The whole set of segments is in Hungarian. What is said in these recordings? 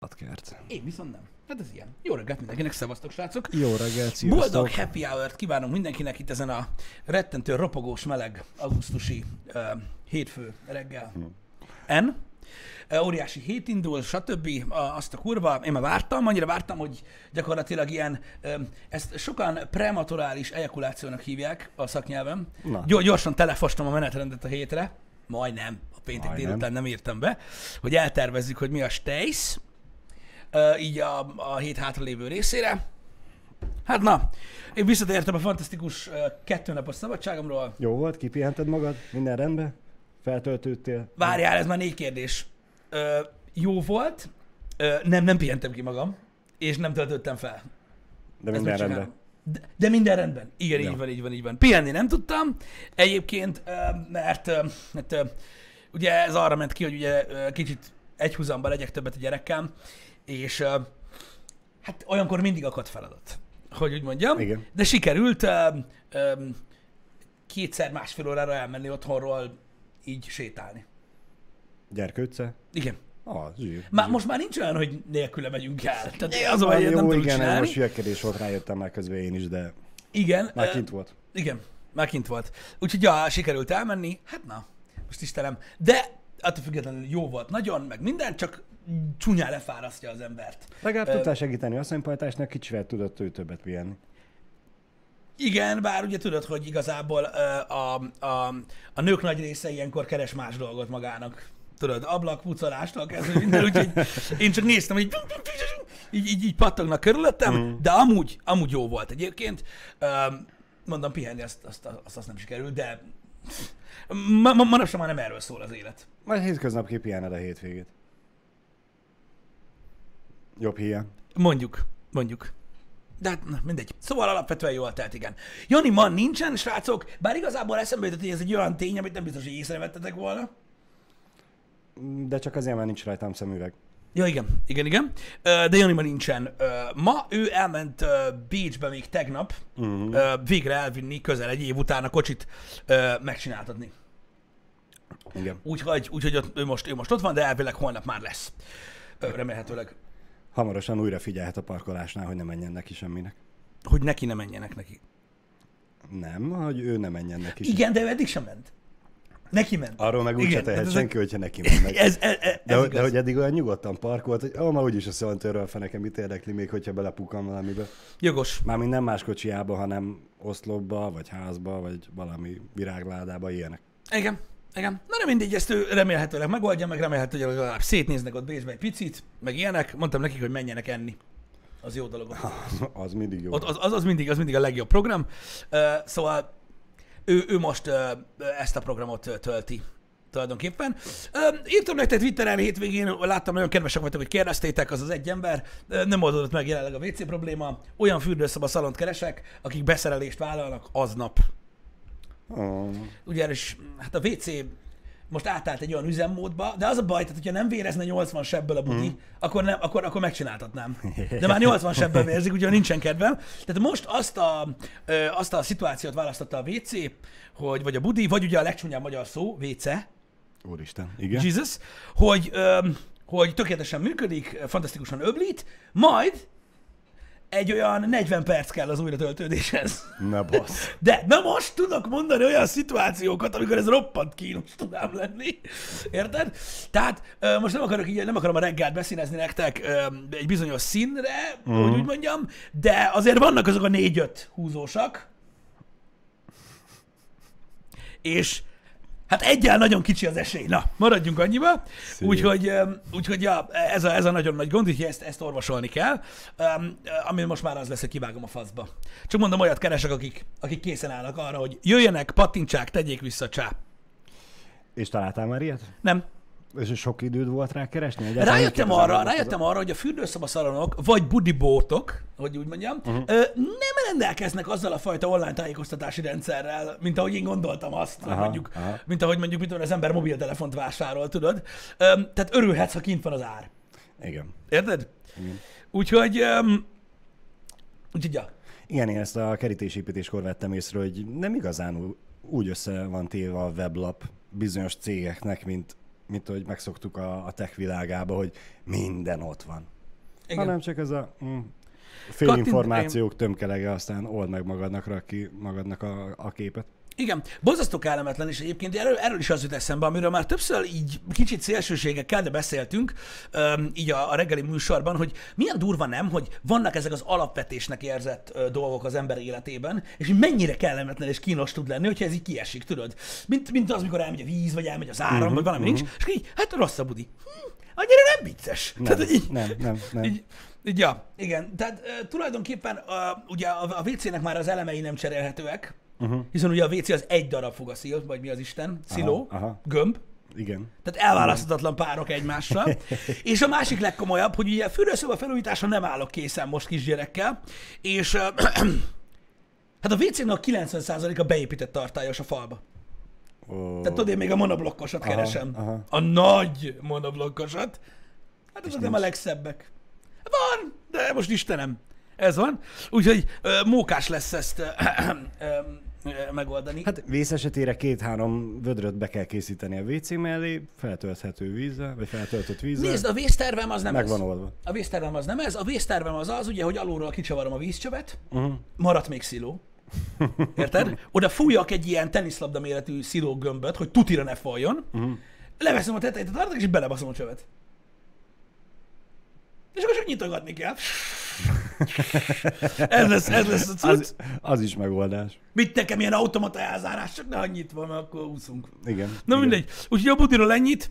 Alatkert. Én viszont nem. Hát ez ilyen. Jó reggelt mindenkinek, szevasztok srácok! Jó reggelt, sziasztok! Boldog happy hour-t kívánunk mindenkinek itt ezen a rettentő, ropogós, meleg, augusztusi hétfő reggel. Óriási hét indul, stb. Azt a kurva, én már vártam, annyira vártam, hogy gyakorlatilag ilyen, ezt sokan prematurális ejakulációnak hívják a szaknyelven. Gyorsan telefostam a menetrendet a hétre, majdnem, a péntek délután nem írtam be, hogy eltervezzük, hogy mi a stejsz, így a hét hátralévő részére. Hát na, én visszatértem a fantasztikus 2 napos szabadságomról. Jó volt, kipihented magad, minden rendben? Feltöltődtél? Várjál, ez már 4 kérdés. Jó volt, nem pihentem ki magam, és nem töltöttem fel. De minden rendben. De minden rendben. Igen, ja. így van. Pihenni nem tudtam. Egyébként, mert ugye ez arra ment ki, hogy ugye kicsit egyhuzamba legyek többet a gyerekkel, és hát olyankor mindig akad feladat, hogy úgy mondjam. Igen. De sikerült 2-1,5 órára elmenni otthonról, így sétálni. Gyerkőcce? Igen. Zsír. Most már nincs olyan, hogy nélküle megyünk el. Tehát az a baj, jó, nem tudjuk igen, csinálni. most hülyekedés volt, rájöttem már közben én is, de igen, már kint volt. Igen, már kint volt. Úgyhogy ja, sikerült elmenni, hát na, most Istenem. De attól függetlenül jó volt nagyon, meg minden, csak csúnyán lefárasztja az embert. Legalább tudtál segíteni asszonypajtásnak, kicsivel tudott ő többet pihenni. Igen, bár ugye tudod, hogy igazából a nők nagy része ilyenkor keres más dolgot magának. Tudod, ablakpucolástól kezdve minden, úgyhogy én csak néztem, hogy így pattognak körülöttem, de amúgy jó volt egyébként. Mondom, pihenni azt nem sikerült, de manapság már nem erről szól az élet. Majd hétköznap kipihened a hétvégét. Jobb hiány. Mondjuk. De hát na, mindegy. Szóval alapvetően jól telt, igen. Jani ma nincsen, srácok, bár igazából eszembe jutott, hogy ez egy olyan tény, amit nem biztos, hogy észrevettetek volna. De csak azért, mert nincs rajtam szemüveg. Ja, igen. De Jani ma nincsen. Ma ő elment Bécsbe még tegnap végre elvinni közel 1 év után a kocsit megcsináltatni. Igen. Úgyhogy ő most ott van, de elvileg holnap már lesz. Remélhetőleg. Hamarosan újra figyelhet a parkolásnál, hogy ne menjen neki semminek. Hogy neki ne menjenek neki. Nem, hogy ő ne menjen neki. Igen, de ő eddig sem ment. Neki ment. Arról meg úgy se tehet senki, hogyha neki mennek. De hogy eddig olyan nyugodtan parkolt, hogy ma úgyis a szalantőről fel nekem mit érdekli, még hogyha belepukam valamibe. Jogos. Mármint nem más kocsiába, hanem oszlopba, vagy házba, vagy valami virágládába, ilyenek. Igen. Na nem mindegy, ezt ő remélhetőleg megoldja, meg remélhetőleg legalább szétnéznek ott Bécsbe egy picit, meg ilyenek. Mondtam nekik, hogy menjenek enni. Az jó dolog. Az mindig jó. Az mindig a legjobb program. Szóval ő most ezt a programot tölti tulajdonképpen. Írtam nektek Twitteren hétvégén, láttam, nagyon kedvesek vagytok, hogy kérdeztétek, az egy ember. Nem oldódott meg jelenleg a WC probléma. Olyan fürdőszoba szalont keresek, akik beszerelést vállalnak aznap. Ugye, és hát a WC most átállt egy olyan üzemmódba, de az a baj, tehát hogyha nem vérezne 80 sebből a budi, akkor megcsináltatnám. De már 80 sebből vérzik, úgyhogy nincsen kedvem. Tehát most azt a szituációt választotta a WC, vagy a budi, vagy ugye a legcsúnyább magyar szó, WC. Úristen, igen. Jesus, hogy tökéletesen működik, fantasztikusan öblít, majd egy olyan 40 perc kell az újratöltődéshez. Na bassz. De na most tudok mondani olyan szituációkat, amikor ez roppant kínos tudám lenni. Érted? Tehát most nem akarom a reggelt beszínezni nektek egy bizonyos színre, hogy úgy mondjam, de azért vannak azok a 4-5 húzósak. És hát egyel nagyon kicsi az esély. Na, maradjunk annyiba. Úgyhogy ja, ez a nagyon nagy gond, úgyhogy ezt orvosolni kell. Ami most már az lesz, hogy kivágom a faszba. Csak mondom, olyat keresek, akik készen állnak arra, hogy jöjjenek, pattintsák, tegyék vissza, csá. És találtál már ilyet? Nem. És sok időd volt rá keresni? Rájöttem arra, hogy a fürdőszobaszalonok, vagy budibótok, hogy úgy mondjam, nem rendelkeznek azzal a fajta online tájékoztatási rendszerrel, mint ahogy én gondoltam azt, mint ahogy mondjuk az ember mobiltelefont vásárol, tudod. Tehát örülhetsz, ha kint van az ár. Igen. Érted? Igen. Úgyhogy ja. Igen, én ezt a kerítésépítéskor vettem észre, hogy nem igazán úgy össze van téve a weblap bizonyos cégeknek, mint ahogy megszoktuk a tech világába, hogy minden ott van. hanem csak ez a félinformációk tömkelege, aztán old meg magadnak a képet. Igen, borzasztó kellemetlen, és egyébként erről is az jut eszembe, amiről már többször így kicsit szélsőségekkel, de beszéltünk így a reggeli műsorban, hogy milyen durva nem, hogy vannak ezek az alapvetésnek érzett dolgok az ember életében, és hogy mennyire kellemetlen és kínos tud lenni, hogyha ez így kiesik, tudod? Mint az, mikor elmegy a víz, vagy elmegy az áram, vagy valami nincs, és így, hát rossz a budi. Annyira nem vicces. Nem, tehát, így, nem. Így, ja, igen. Tehát tulajdonképpen ugye a WC-nek már az elemei nem cserélhetőek, hiszen ugye a WC az egy darab fogaszil, vagy mi az Isten, sziló, gömb. Igen. Tehát elválaszthatatlan párok egymással. És a másik legkomolyabb, hogy ugye fürdőszoba felújítása nem állok készen most kisgyerekkel, és hát a WC-nek a 90%-a beépített tartályos a falba. Oh. Tehát tudod, én még a monoblokkosat keresem. A nagy monoblokkosat. Hát azok nem a legszebbek. Van, de most Istenem, ez van. Úgyhogy mókás lesz ezt megoldani. Hát vész esetére 2-3 vödröt be kell készíteni a WC mellé, feltölthető vízzel, vagy feltöltött vízzel. Nézd, a vésztervem az nem meg van oldva. A vésztervem az nem ez. A vésztervem az, ugye, hogy alulról kicsavarom a vízcsövet, maradt még sziló. Érted? Oda fújjak egy ilyen teniszlabda méretű szilógömböt, hogy tutira ne folyjon. Leveszem a tetejét a tartok, és belebaszom a csövet. És akkor csak nyitogatni kell. ez lesz a cucc. Az is megoldás. Mit nekem ilyen automata elzárás, csak ne annyit van, mert akkor úszunk. Igen. Na igen. mindegy. Úgyhogy a budiról ennyit.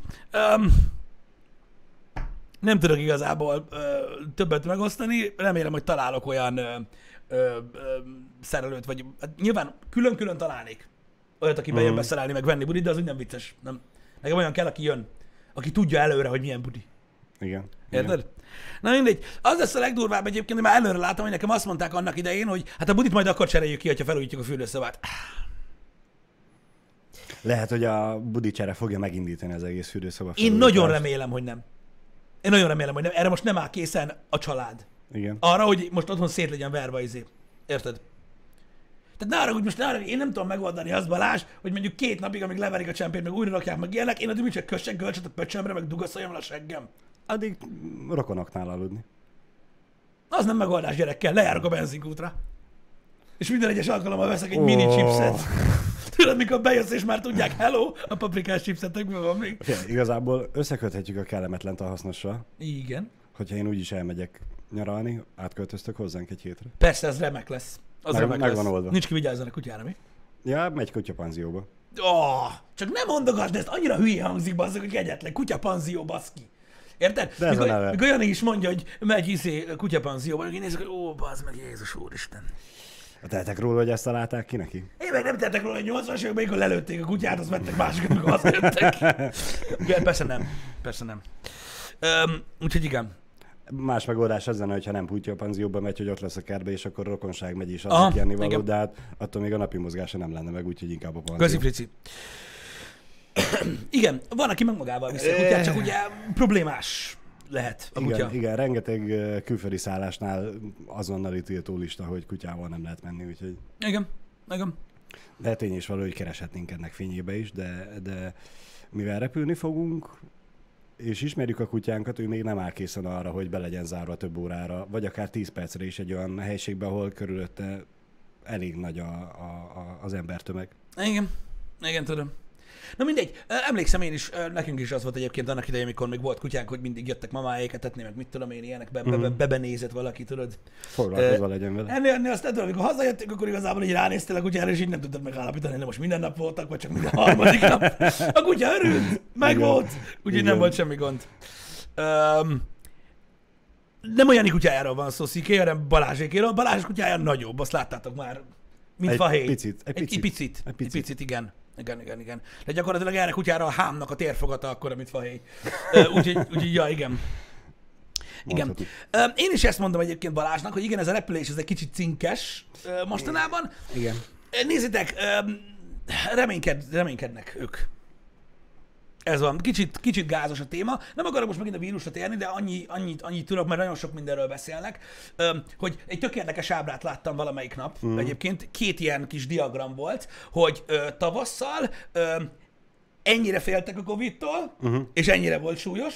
Nem tudok igazából többet megosztani. Remélem, hogy találok olyan szerelőt, vagy hát nyilván külön-külön találnék olyat, aki bejön beszerelni, meg venni budit, de az úgy nem vicces. Nem. Nekem olyan kell, aki jön, aki tudja előre, hogy milyen budi. Igen. Érted? Igen. Na mindegy. Az lesz a legdurvább egyébként, hogy már előre látom, hogy nekem azt mondták annak idején, hogy hát a budit majd akkor cseréljük ki, hogyha felújítjuk a fürdőszobát. Lehet, hogy a budicsere fogja megindítani az egész fürdőszoba. Én nagyon remélem, hogy nem. Erre most nem áll készen a család. Igen. Arra, hogy most otthon szét legyen verve izé. Érted? Tehát ne arra, hogy most én nem tudom megoldani azt, Balázs, hogy mondjuk 2 napig, amíg leverik a csempét, meg újra rakják, meg ilyenek, én addig csak kössen kölcsöt a pöcsemre, meg dugaszoljam el a seggem. Addig rokonoknál aludni. Az nem megoldás, gyerekkel, lejárok a benzinkútra. És minden egyes alkalommal veszek egy mini chipset. Tudod, mikor bejössz, és már tudják, hello, a paprikás chipsetekből van még. Igazából összeköthetjük a kellemetlent a hasznossal. Igen. Hogyha én úgyis elmegyek nyaralni, átköltöztök hozzánk egy hétre. Persze, ez remek lesz. Az remek meg lesz. van oldva. Nincs ki vigyázzon a kutyára, mi? Ja, megy kutyapanzióba. Csak nem mondogass, de ezt annyira hülye hangzik, bazzak, hogy egyetlen kutyapanzió, baszki. Érted? De ez mikor Jani is mondja, hogy megy kutyapanzióban, én nézek, hogy bazd meg, Jézus Úristen. Tehetek róla, hogy ezt találták ki neki? Én meg nem tettek róla, hogy 80-as években, amikor lelőtték a kutyát, azt vettek másikat, amikor hazajöttek. Persze nem. Úgyhogy igen. Más megoldás az lenne, hogyha nem kutyapanzióba megy, hogy ott lesz a kertbe, és akkor rokonság megy is az ennivaló, de hát attól még a napi mozgása nem lenne meg, úgyhogy inkább a panzió. Köszi, Frici. Igen, van, aki meg magával viszi a kutyát, csak ugye problémás lehet a kutya. Igen, rengeteg külföldi szállásnál azonnali tiltólista, hogy kutyával nem lehet menni, úgyhogy... Igen. De tény is való, hogy kereshetnénk ennek fényébe is, de mivel repülni fogunk, és ismerjük a kutyánkat, ő még nem áll készen arra, hogy be legyen zárva több órára, vagy akár 10 percre is egy olyan helységben, ahol körülötte elég nagy az embertömeg. Igen, tudom. Na mindegy, emlékszem én is, nekünk is az volt egyébként annak idején, amikor még volt kutyánk, hogy mindig jöttek mamáéket etni, meg mit tudom én, ilyenek, bebenézett valaki, tudod. Foglalkozva legyen vele. Ennél azt tudom, amikor hazajöttünk, akkor igazából így ránéztél a kutyára, és így nem tudtad megállapítani, hogy most minden nap voltak, vagy csak minden harmadik nap. A kutya örült, meg volt, úgyhogy nem volt semmi gond. Nem olyan kutyájáról van szó, Sziké, hanem Balázsékéről. Balázs kutyája nagyobb, azt láttátok már, mint fahéj. Egy picit, igen. Igen. De gyakorlatilag erre kutyára a hámnak a térfogata akkora, mint fahéj. Úgyhogy ja, igen. Igen. Én is ezt mondom egyébként Balázsnak, hogy igen, ez a repülés ez egy kicsit cinkes mostanában. Igen. Nézzétek, reménykednek ők. Ez van. Kicsit gázos a téma. Nem akarok most megint a vírusra térni, de annyit tudok, mert nagyon sok mindenről beszélnek, hogy egy tök érdekes ábrát láttam valamelyik nap. Egyébként 2 ilyen kis diagram volt, hogy tavasszal ennyire féltek a Covid-tól, és ennyire volt súlyos.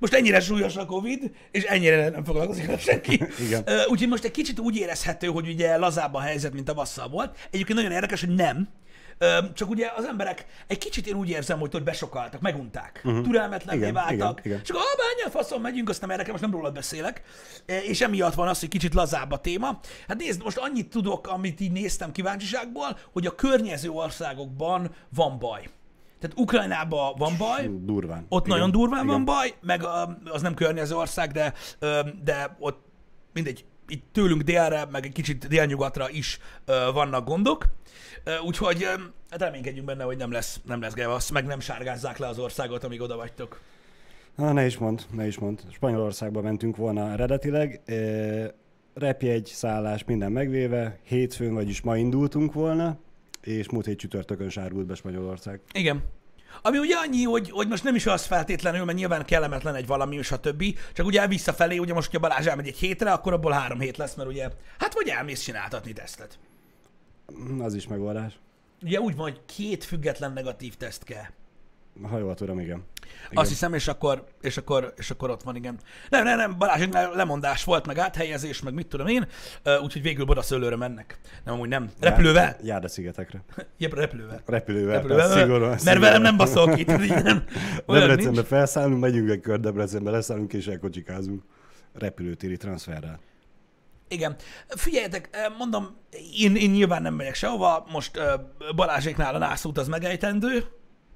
most ennyire súlyos a Covid, és ennyire nem foglalkozik vele senki. Igen. Úgyhogy most egy kicsit úgy érezhető, hogy ugye lazább a helyzet, mint tavasszal volt. Egyébként nagyon érdekes, hogy nem. Csak ugye az emberek egy kicsit én úgy érzem, hogy besokaltak, megunták, türelmetlenné váltak, igen. és akkor bármilyen faszon megyünk, azt nem érdekel, most nem rólad beszélek, és emiatt van az, hogy kicsit lazább a téma. Hát nézd, most annyit tudok, amit így néztem kíváncsiságból, hogy a környező országokban van baj. Tehát Ukrajnában van baj, Durván. ott nagyon durván van baj, meg az nem környező ország, de ott mindegy, itt tőlünk délre, meg egy kicsit délnyugatra is vannak gondok. Úgyhogy hát reménykedjünk benne, hogy nem lesz gevasz, meg nem sárgázzák le az országot, amíg oda vagytok. Ne is mondd. Spanyolországba mentünk volna eredetileg, repjegy, szállás, minden megvéve, hétfőn, vagyis ma indultunk volna, és múlt hét csütörtökön sárgult be Spanyolország. Igen. Ami ugye annyi, hogy most nem is az feltétlenül, mert nyilván kellemetlen egy valami, és a többi, csak ugye visszafelé, ugye most, hogyha Balázs elmegy egy hétre, akkor abból 3 hét lesz, mert ugye, hát vagy elmész csináltatni tesztet. Az is megoldás. Ugye úgy van, hogy 2 független negatív teszt kell. Ha jól tudom, igen. Azt hiszem, és akkor ott van, igen. Nem, Balázsnál lemondás volt, meg áthelyezés, meg mit tudom én, úgyhogy végül Bodaszőlőre mennek. Nem, amúgy nem. Repülővel? Járda-szigetekre. Repülővel. Szigorúan. Mert velem nem baszol ki, tudod, nem. Debrecenbe felszállunk, megyünk egy kör Debrecenbe, leszállunk és elkocsikázunk. Repülőtéri transferrel. Igen. Figyeljetek, mondom, én nyilván nem megyek sehova, most Balázséknál a nászút az megejtendő,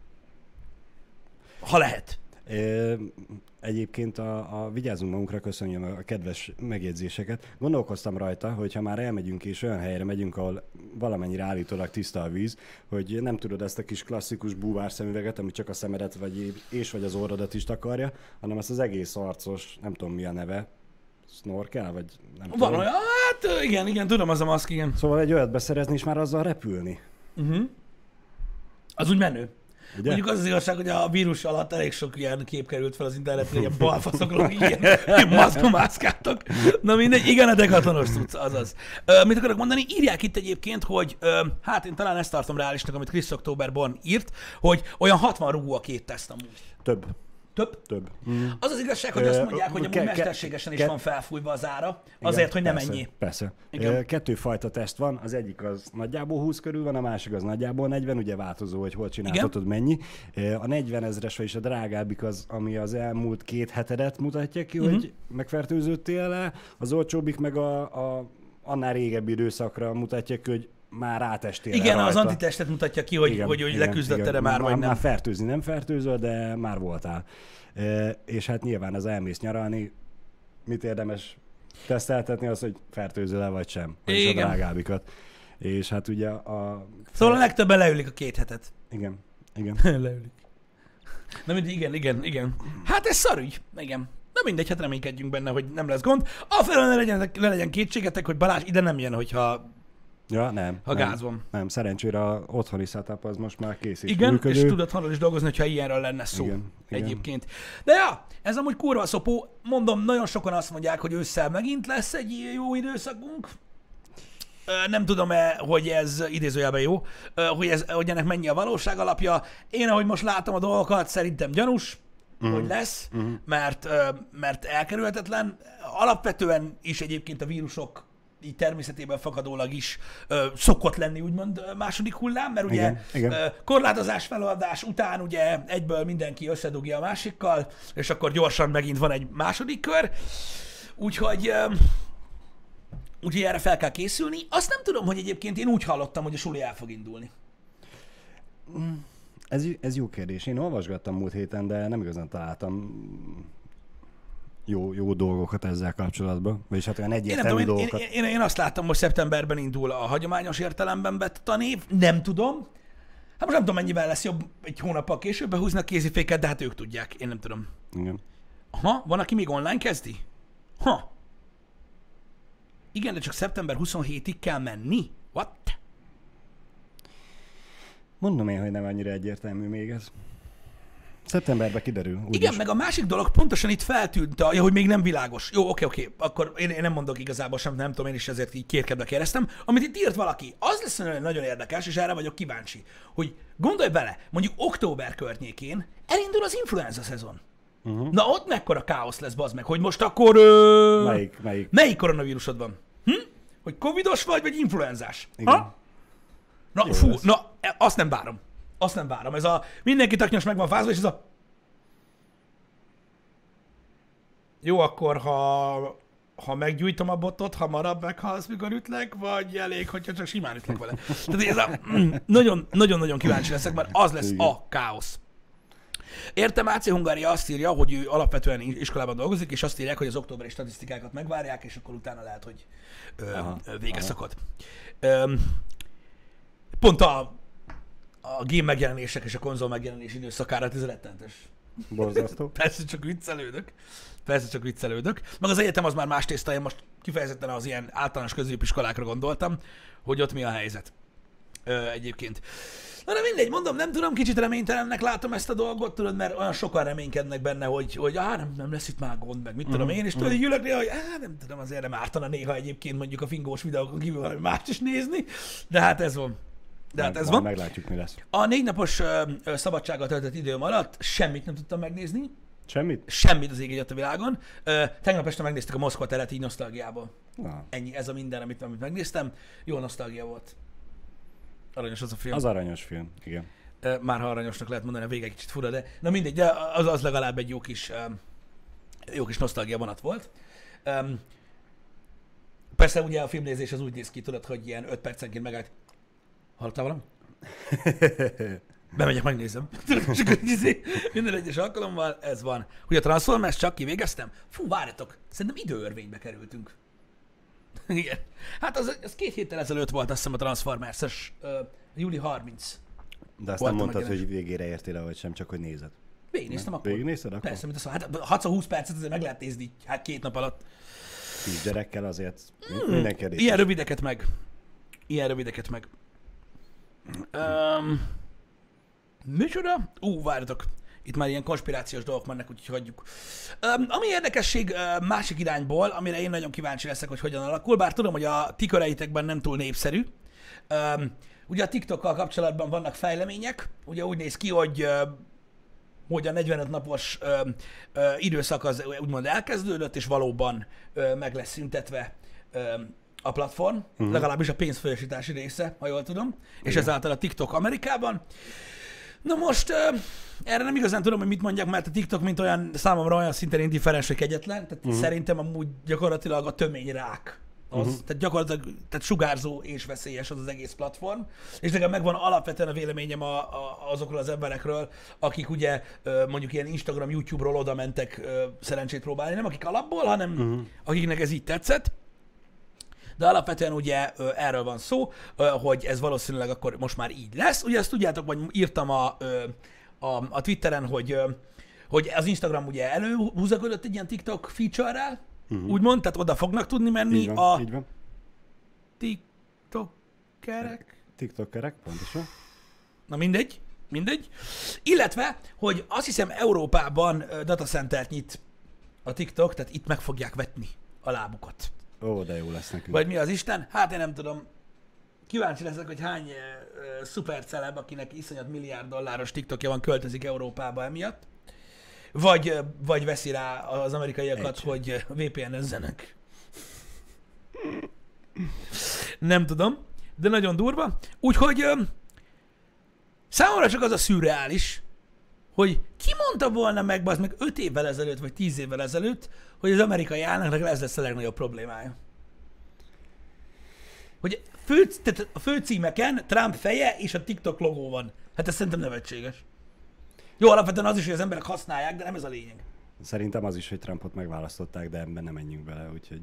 ha lehet. Egyébként vigyázzunk magunkra, köszönjön a kedves megjegyzéseket. Gondolkoztam rajta, hogy ha már elmegyünk és olyan helyre megyünk, ahol valamennyire állítólag tiszta a víz, hogy nem tudod ezt a kis klasszikus búvár szemüveget, ami csak a szemedet vagy az orrodat is takarja, hanem ezt az egész arcos, nem tudom mi a neve, snorkel, vagy nem tudom. Van olyan, hát igen, tudom, az a maszk, igen. Szóval egy olyat beszerezni és már azzal repülni. Az úgy menő. Ugye? Mondjuk az igazság, hogy a vírus alatt elég sok ilyen kép került fel az internetre, ilyen balfaszokról, ilyen maszkba mászkáltak. Na mindegy, igen, a dekatlanos cucc, azaz. Mit akarok mondani? Írják itt egyébként, hogy hát én talán ezt tartom reálisnak, amit Chris Oktoberban írt, hogy olyan 60 rugó a 2 teszt amúgy. Több. Több? Az az igazság, hogy azt mondják, hogy amúgy mesterségesen is van felfújva az ára, azért, hogy nem ennyi. Persze. 2 fajta teszt van, az egyik az nagyjából 20 körül van, a másik az nagyjából 40, ugye változó, hogy hol csináltatod, mennyi. A 40 000-es, vagyis a drágábbik az, ami az elmúlt 2 hetedet mutatja ki, hogy megfertőződtél le, az olcsóbbik meg annál régebbi időszakra mutatja ki, hogy már átestél. Igen, rajta. Az antitestet mutatja ki, hogy leküzdötted-e már, vagy nem. Már fertőzni nem fertőzöl, de már voltál. És hát nyilván az elmész nyaralni, mit érdemes teszteltetni az, hogy fertőzöl-e vagy sem. Vagyis a drágábbikat. És hát ugye Szóval a legtöbben leülik a 2 hetet. Igen. Leülik. Na mindig, igen. Hát ez szarügy. Igen. Na mindegy, hát reménykedjünk benne, hogy nem lesz gond. Afelől ne legyen kétségetek, hogy Balázs ide nem jön, hogyha ha gáz van. Nem, szerencsére a otthoni setup az most már kész és igen, működő. És tudod hallani is dolgozni, hogyha ilyenről lenne szó. Igen. Egyébként. De ja, ez amúgy kurva szopó. Mondom, nagyon sokan azt mondják, hogy ősszel megint lesz egy jó időszakunk. Nem tudom-e, hogy ez idézőjelben jó, hogy ennek mennyi a valóság alapja. Én, ahogy most látom a dolgokat, szerintem gyanús, hogy lesz, mert elkerülhetetlen. Alapvetően is egyébként a vírusok így természetében fakadólag is szokott lenni, úgymond második hullám, mert ugye igen. Korlátozás feloldás után ugye egyből mindenki összedugja a másikkal, és akkor gyorsan megint van egy második kör. Úgyhogy erre fel kell készülni. Azt nem tudom, hogy egyébként én úgy hallottam, hogy a suli el fog indulni. Ez jó kérdés. Én olvasgattam múlt héten, de nem igazán találtam jó dolgokat ezzel kapcsolatban. Vagyis hát olyan egyértelmű dolgokat. Én azt láttam, hogy szeptemberben indul a hagyományos értelemben vett tanév. Nem tudom. Hát most nem tudom, mennyivel lesz jobb egy hónappal később behúzni a kéziféket, de hát ők tudják. Én nem tudom. Igen. Aha, van, aki még online kezdi? Igen, de csak szeptember 27-ig kell menni? What? Mondom én, hogy nem annyira egyértelmű még ez. Szeptemberben kiderül. Igen, meg a másik dolog pontosan itt feltűnt, hogy még nem világos. Jó, oké. Akkor én nem mondok igazából sem, nem tudom, én is ezért így kérkedve kérdeztem. Amit itt írt valaki, az lesz nagyon érdekes, és erre vagyok kíváncsi, hogy gondolj bele, mondjuk október környékén elindul az influenza szezon. Na ott mekkora káosz lesz, bazd meg, hogy most akkor... Melyik koronavírusod van? Hogy covidos vagy influenzás? Igen. Ha? Na, jó, fú, na, azt nem várom. Azt nem várom. Ez a mindenki taknyos meg van fázva, és ez a... Jó, akkor ha meggyújtom a botot, hamarabb meghalsz, mikor ütlek, vagy elég, hogyha csak simán ütlek vele. Tehát ez a... Nagyon-nagyon kíváncsi leszek, mert az lesz a káosz. Értem, AC Hungária azt írja, hogy ő alapvetően iskolában dolgozik, és azt írják, hogy az októberi statisztikákat megvárják, és akkor utána lehet, hogy vége szakad. Pont a game megjelenések és a konzol megjelenés időszakára ez rettentes. Borzasztó. Persze csak viccelődök. Meg az egyetem az már más tészta, én most kifejezetten az ilyen általános középiskolákra gondoltam, hogy ott mi a helyzet egyébként. Na de mindegy, mondom, nem tudom, kicsit reménytelennek látom ezt a dolgot, tudod, mert olyan sokan reménykednek benne, hogy nem lesz itt már gond, meg mit tudom én, és tudod, így ülök néha, hogy nem tudom, azért nem ártana néha egyébként mondjuk a fingós videókon kívül valami mást is nézni, de hát ez van. Meglátjuk, mi lesz. A 4 napos szabadsággal töltött időm alatt semmit nem tudtam megnézni. Semmit? Semmit az ég egyet a világon. Tegnap este megnéztük a Moszkva teret így nosztalgiából. Ennyi, ez a minden, amit megnéztem. Jó nosztalgia volt. Aranyos az a film. Az aranyos film, igen. Már ha aranyosnak lehet mondani, a vége kicsit fura, de na mindegy, de az legalább egy jó kis nosztalgia vonat volt. Persze ugye a filmnézés az úgy néz ki, tudod, hogy ilyen 5 percenként megállt. Hallottál valam? Bemegyek, megnézem. Csak minden egyes alkalommal ez van. Ugye a Transformers csak kivégeztem? Fú, várjatok, szerintem időörvénybe kerültünk. Igen. Hát az 2 héttel ezelőtt volt, azt hiszem, a Transformers-es júli 30. De azt nem mondtad, hogy végére értél el, vagy sem, csak hogy nézed. Végignéztem akkor. Végignézted akkor? Persze, mint azt hát 6-20 percet azért meg lehet nézni, hát 2 nap alatt. 10 gyerekkel azért minden kérdés. Ilyen rövideket meg. Micsoda? Várjatok. Itt már ilyen konspirációs dolgok mennek, úgyhogy hagyjuk. Ami érdekesség másik irányból, amire én nagyon kíváncsi leszek, hogy hogyan alakul, bár tudom, hogy a ti köreitekben nem túl népszerű. Ugye a TikTokkal kapcsolatban vannak fejlemények. Ugye úgy néz ki, hogy a 45 napos időszak az úgymond elkezdődött, és valóban meg lesz szüntetve a platform, legalábbis a pénzfolyósítási része, ha jól tudom, és ezáltal a TikTok Amerikában. Na most erre nem igazán tudom, hogy mit mondjak, mert a TikTok mint olyan számomra olyan szinten indiferens, hogy kegyetlen, tehát szerintem amúgy gyakorlatilag a tömény rák az, tehát gyakorlatilag sugárzó és veszélyes az egész platform, és nekem megvan alapvetően a véleményem azokról az emberekről, akik ugye mondjuk ilyen Instagram, YouTube-ról oda mentek szerencsét próbálni, nem akik alapból, hanem akiknek ez így tetszett. De alapvetően ugye erről van szó, hogy ez valószínűleg akkor most már így lesz. Ugye ezt tudjátok, vagy írtam a Twitteren, hogy az Instagram ugye előhúzakodott egy ilyen TikTok feature-rel, úgymond, tehát oda fognak tudni menni így van. TikTokerek. TikTokerek, pontosan. Na mindegy. Illetve, hogy azt hiszem Európában datacentert nyit a TikTok, tehát itt meg fogják vetni a lábukat. De jó lesz nekünk. Vagy mi az Isten? Hát én nem tudom. Kíváncsi leszek, hogy hány szuper celeb, akinek iszonyat milliárd dolláros TikTokja van, költözik Európába emiatt. Vagy veszi rá az amerikaiakat, hogy VPN-ezzenek. Nem tudom, de nagyon durva. Úgyhogy számomra csak az a szürreális, hogy ki mondta volna meg 5 évvel ezelőtt, vagy 10 évvel ezelőtt, hogy az amerikai államnak ez lesz a legnagyobb problémája. Hogy a főcímeken Trump feje és a TikTok logó van. Hát ez szerintem nevetséges. Jó, alapvetően az is, hogy az emberek használják, de nem ez a lényeg. Szerintem az is, hogy Trumpot megválasztották, de ebben nem menjünk bele, úgyhogy...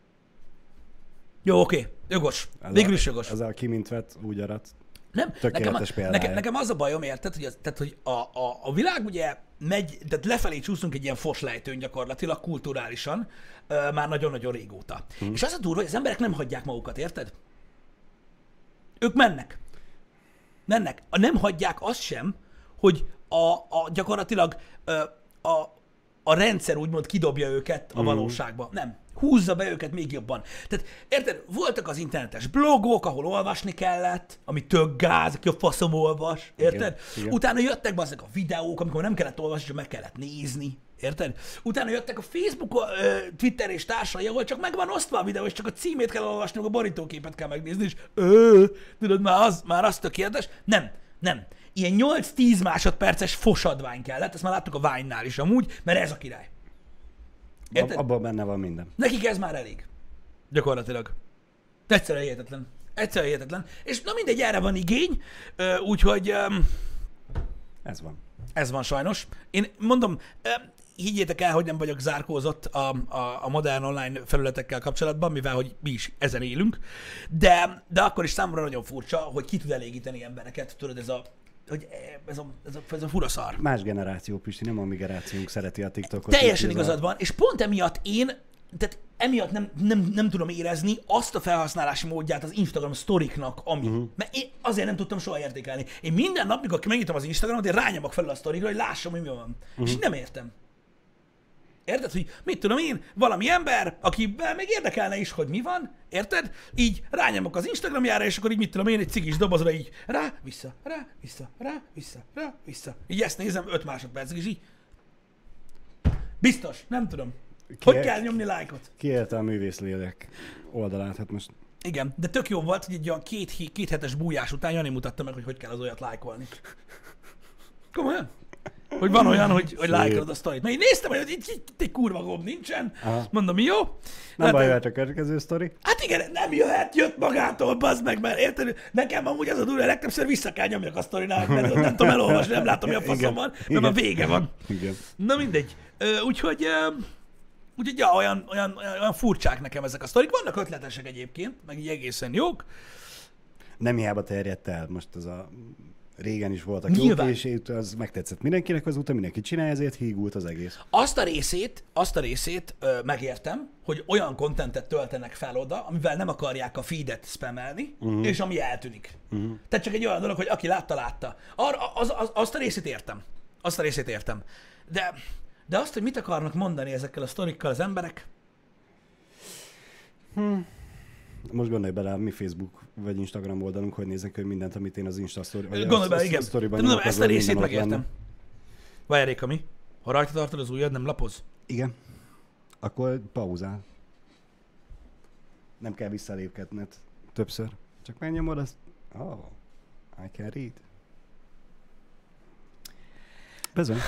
Jó, oké. Jogos. Végül is jogos. Az a ki mint vett, úgy arat. Nem, nekem az a bajom, érted, hogy a világ ugye megy, tehát lefelé csúszunk egy ilyen foslejtőn gyakorlatilag kulturálisan, már nagyon-nagyon régóta. És az a durva, hogy az emberek nem hagyják magukat, érted? Ők mennek. Nem hagyják azt sem, hogy gyakorlatilag a rendszer úgymond kidobja őket a valóságba. Nem. Húzza be őket még jobban. Tehát érted, voltak az internetes blogok, ahol olvasni kellett, ami tök gáz, aki a faszom olvas, érted? Igen. Utána jöttek be ezek a videók, amikor nem kellett olvasni, csak meg kellett nézni. Érted? Utána jöttek a Facebook, Twitter és társai, ahol csak meg van osztva a videó, és csak a címét kell olvasni, a borítóképet kell megnézni, és tudod, már az tökéletes. Nem. Ilyen 8-10 másodperces fosadvány kellett, ezt már láttuk a Vine-nál is amúgy, mert ez a király. Érted? Abban benne van minden. Nekik ez már elég. Gyakorlatilag. Egyszerűen hihetetlen. És na mindegy, erre van igény, úgyhogy... Ez van. Ez van sajnos. Én mondom, higgyétek el, hogy nem vagyok zárkózott a modern online felületekkel kapcsolatban, mivel hogy mi is ezen élünk, de akkor is számomra nagyon furcsa, hogy ki tud elégíteni embereket, tudod, ez a fura szar. Más generáció, Pisti, nem a mi generációnk szereti a TikTokot. Teljesen igazad van, és pont emiatt tehát emiatt nem tudom érezni azt a felhasználási módját az Instagram sztoriknak, ami. Mert én azért nem tudtam soha értékelni. Én minden nap, mikor megnyitom az Instagramot, én rányomok fel a sztorikra, hogy lássam, hogy mi van. És nem értem. Érted, hogy mit tudom én, valami ember, akivel még érdekelne is, hogy mi van, érted? Így rányomok az Instagramjára, és akkor így mit tudom én, egy cigis dobozra így vissza. Így ezt nézem 5 másodpercig, és így biztos, nem tudom. Hogy kell nyomni lájkot? Kiélte a művészlélek oldalát, hát most... Igen, de tök jó volt, hogy egy olyan két hetes bújás után Jani mutatta meg, hogy kell az olyat lájkolni. Komolyan? Hogy van olyan, hogy lájkolod a sztorit. Mert én néztem, hogy itt egy kurva gomb nincsen. Aha. Mondom, jó. Nem baj, jöhet a következő sztori. Hát igen, nem jött magától, bazd meg, mert érted? Nekem amúgy az a durva, legtöbbször vissza kell nyomjak a sztorinál, mert nem tudom elolvasni, nem látom, mi a faszom van, mert a vége van. Igen. Na mindegy. Úgyhogy ja, olyan furcsák nekem ezek a sztorik. Vannak ötletesek egyébként, meg így egészen jók. Nem hiába terjedt el. Most az a... Régen is voltak jók, és az megtetszett mindenkinek, azóta mindenki csinálja, ezért hígult az egész. Azt a részét megértem, hogy olyan kontentet töltenek fel oda, amivel nem akarják a feedet spamelni, és ami eltűnik. Tehát csak egy olyan dolog, hogy aki látta. Azt a részét értem. De azt, hogy mit akarnak mondani ezekkel a sztorikkal az emberek? Most gondolj bele a mi Facebook vagy Instagram oldalunk, hogy néznek, hogy mindent, amit én az Insta sztoriban... Gondolj bele, igen. De ezt a részét megértem. Várj, mi? Ha rajta tartod az ujjad, nem lapoz? Igen. Akkor pauzál. Nem kell visszalépkedned többször. Csak megnyomod azt. Oh, I can read. Bezony.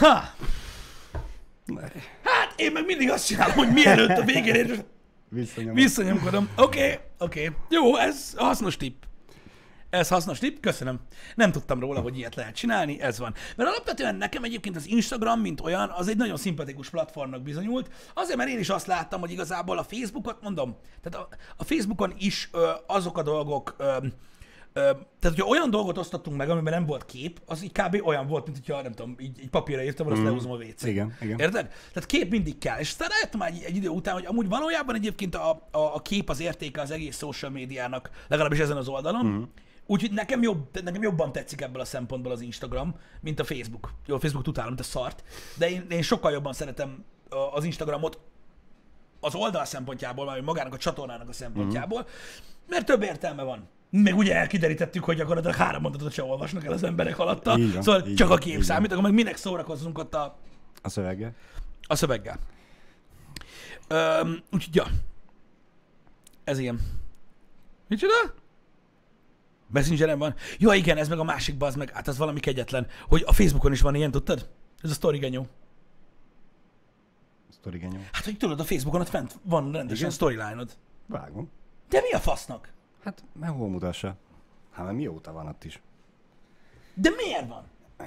Hát én meg mindig azt csinálom, hogy mielőtt a végén ér... Visszanyomkodom. Oké. Jó, ez hasznos tipp. Köszönöm. Nem tudtam róla, hogy ilyet lehet csinálni, ez van. Mert alapvetően nekem egyébként az Instagram, mint olyan, az egy nagyon szimpatikus platformnak bizonyult. Azért, mert én is azt láttam, hogy igazából a Facebookot, mondom, tehát a Facebookon is azok a dolgok, tehát hogyha olyan dolgot osztottunk meg, amiben nem volt kép, az így kb. Olyan volt, mint hogyha nem tudom, így papírra írtam, azt lehúzom a WC. Igen. Érted? Tehát kép mindig kell. És aztán rájöttem egy idő után, hogy amúgy valójában egyébként a kép az értéke az egész social médiának, legalábbis ezen az oldalon. Úgyhogy nekem jobban tetszik ebből a szempontból az Instagram, mint a Facebook. Jó, a Facebookot utálom, mint a szart, de én sokkal jobban szeretem az Instagramot az oldal szempontjából, vagy magának a csatornának a szempontjából, mert több értelme van. Meg ugye elkiderítettük, hogy gyakorlatilag 3 mondatot se olvasnak el az emberek alatta, szóval így csak van, a kép számít, akkor meg minek szórakozzunk ott a szöveggel. A szöveggel. Úgyhogy ja. Ez ilyen. Micsoda? Messengeren van? Ja igen, ez meg a másik bazd meg, hát az valami kegyetlen, hogy a Facebookon is van ilyen, tudtad? Ez a sztorigenyó. Sztorigenyó? Hát, hogy tudod, a Facebookon ott fent van rendesen storyline-od. Vágom. De mi a fasznak? Hát, meg hol mutassa? Hát, mert mióta van ott is. De miért van?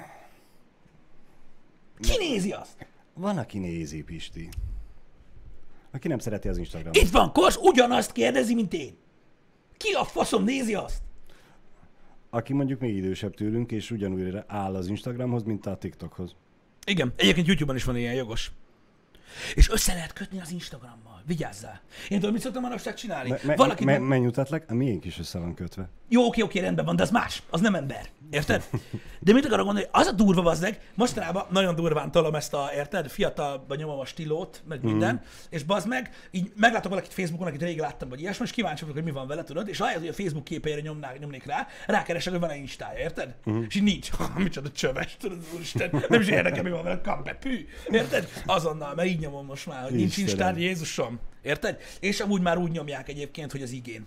Ki nézi azt? Van, aki nézi, Pisti. Aki nem szereti az Instagramot. Itt van, Kors ugyanazt kérdezi, mint én. Ki a faszom nézi azt? Aki mondjuk még idősebb tőlünk, és ugyanúgy áll az Instagramhoz, mint a TikTokhoz. Igen, egyébként YouTube-on is van ilyen, jogos. És össze lehet kötni az Instagrammal. Vigyázzál. Én tudom, mit szoktam manapság csinálni? Valaki megnyugtatlak, a miénk is össze van kötve. Jó, oké, rendben van, de az más. Az nem ember. Érted? De mit akarok mondani? Az a durva bazdmeg, mostanában nagyon durván tolom ezt a, érted? Fiatalban nyomom a stílót, meg minden, és bazd meg, így meglátok valakit Facebookon, akit rég láttam, vagy ilyesmi, és kíváncsi vagyok, hogy mi van vele, tudod? És ahelyett, hogy a Facebook képére nyomnék rá, rákeresek, hogy van-e Instája, érted? És így nincs. Micsoda csöves, tudod, úristen, nem is érdekel, mi van vele, kap be, pű. Érted? Azonnal, mert így nyomom most már, hogy nincs Instád, Jézusom. Érted? És amúgy már úgy nyomják egyébként, hogy az igén.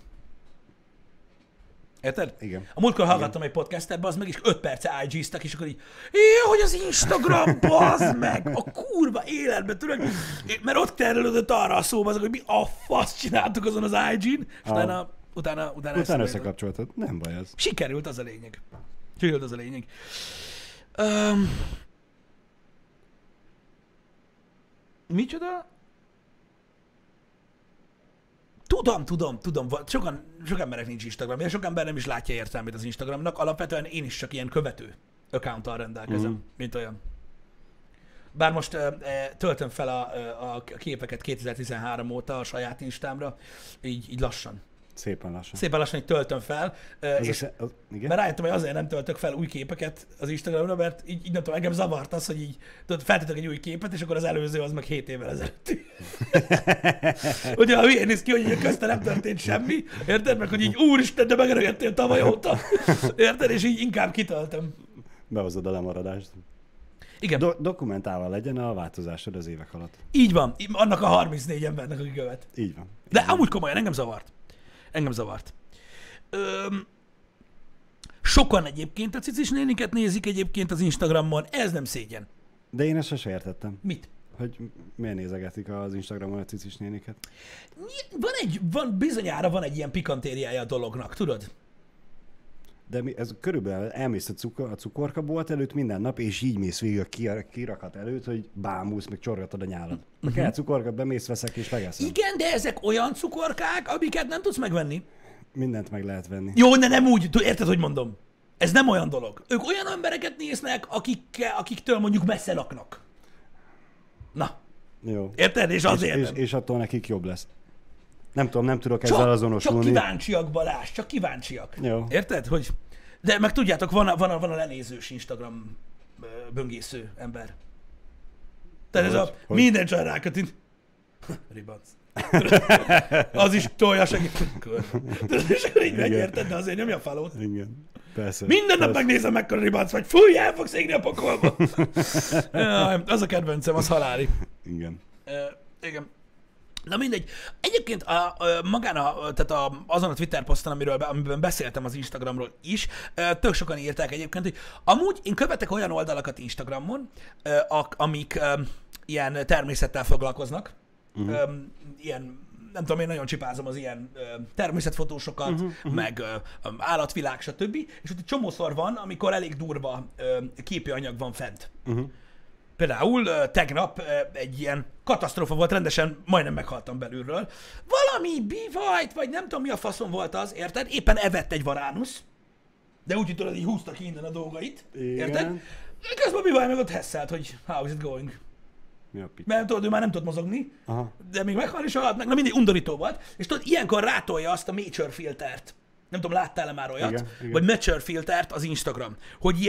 Érted? Igen. A múltkor hallgattam egy podcastet, bazd meg, és 5 perce IG-ztak, és akkor így, hogy az Instagram, bazd meg, a kurva életben, tudod, mert ott terülődött arra a szóba, hogy mi a fasz csináltuk azon az IG-n, és utána összekapcsoltad, nem baj ez. Sikerült, az a lényeg. Sikerült, az a lényeg. Micsoda? Tudom. Sok emberek nincs Instagramja, sok ember nem is látja értelmét az Instagramnak. Alapvetően én is csak ilyen követő accounttal rendelkezem, mint olyan. Bár most töltöm fel a képeket 2013 óta a saját Instámra, így lassan. Szépen lassan. Szépen lassan így töltöm fel, mert rájöttem, hogy azért nem töltök fel új képeket az Instagramra, mert így nem tudom, engem zavart az, hogy így feltöltök egy új képet, és akkor az előző az meg 7 évvel ezelőtt. Ugye, ha hülyén néz ki, hogy közte nem történt semmi, érted? Meg, hogy így úristen, de megöregettél tavaly óta, érted? És így inkább kitöltöm. Behozod a lemaradást. Igen. Dokumentálva legyen a változásod az évek alatt. Így van. Annak a 34 embernek, aki követ. Így van. De amúgy komolyan, engem zavart. Sokan egyébként a cicis néniket nézik egyébként az Instagramon, ez nem szégyen. De én ezt sose értettem. Mit? Hogy miért nézegetik az Instagramon a cicis néniket? Bizonyára van egy ilyen pikantériája a dolognak, tudod? De ez körülbelül elmész a cukorkabolt előtt minden nap, és így mész végig a kirakat előtt, hogy bámulsz, meg csorgatod a nyálad. Ha kell cukorkat, bemész, veszek és megeszem. Igen, de ezek olyan cukorkák, amiket nem tudsz megvenni. Mindent meg lehet venni. Jó, de nem úgy, érted, hogy mondom? Ez nem olyan dolog. Ők olyan embereket néznek, akiktől mondjuk messze laknak. Na. Jó. Érted? És azért és attól nekik jobb lesz. Nem tudom, nem tudok ezzel azonosulni. Csak kíváncsiak, Balázs, csak kíváncsiak. Jó. Érted? Hogy... De meg tudjátok, van a lenézős Instagram böngésző ember. Tehát ez a minden csaj rákötint. Ribanc. Az is tolja segít. És akkor így megérted, de azért nyomja a falót. Igen, persze. Minden nap megnézem, mekkora ribanc vagy. Fúj, el fogsz égni a pokolba. Az a kedvencem, az haláli. Igen. Igen. Na mindegy. Egyébként tehát azon a Twitter poszton, amiben beszéltem az Instagramról is, tök sokan írták egyébként, hogy amúgy én követek olyan oldalakat Instagramon, amik ilyen természettel foglalkoznak, ilyen, nem tudom, én nagyon csipázom az ilyen természetfotósokat, meg állatvilág, stb. És ott egy csomószor van, amikor elég durva képi anyag van fent. Például tegnap egy ilyen katasztrófa volt, rendesen majdnem meghaltam belülről. Valami bivajt, vagy nem tudom mi a faszom volt az, érted? Éppen evett egy varánusz, de úgy, tudod, így húzta ki innen a dolgait, érted? Közben bivaj meg ott hesszelt, hogy how is it going? Mert tudod, ő már nem tud mozogni, de még meghal is halt meg, na mindig undorító volt. És tudod, ilyenkor rátolja azt a Mature filtert. Nem tudom, láttál-e már olyat? Igen. Vagy Mature filtert az Instagram. Hogy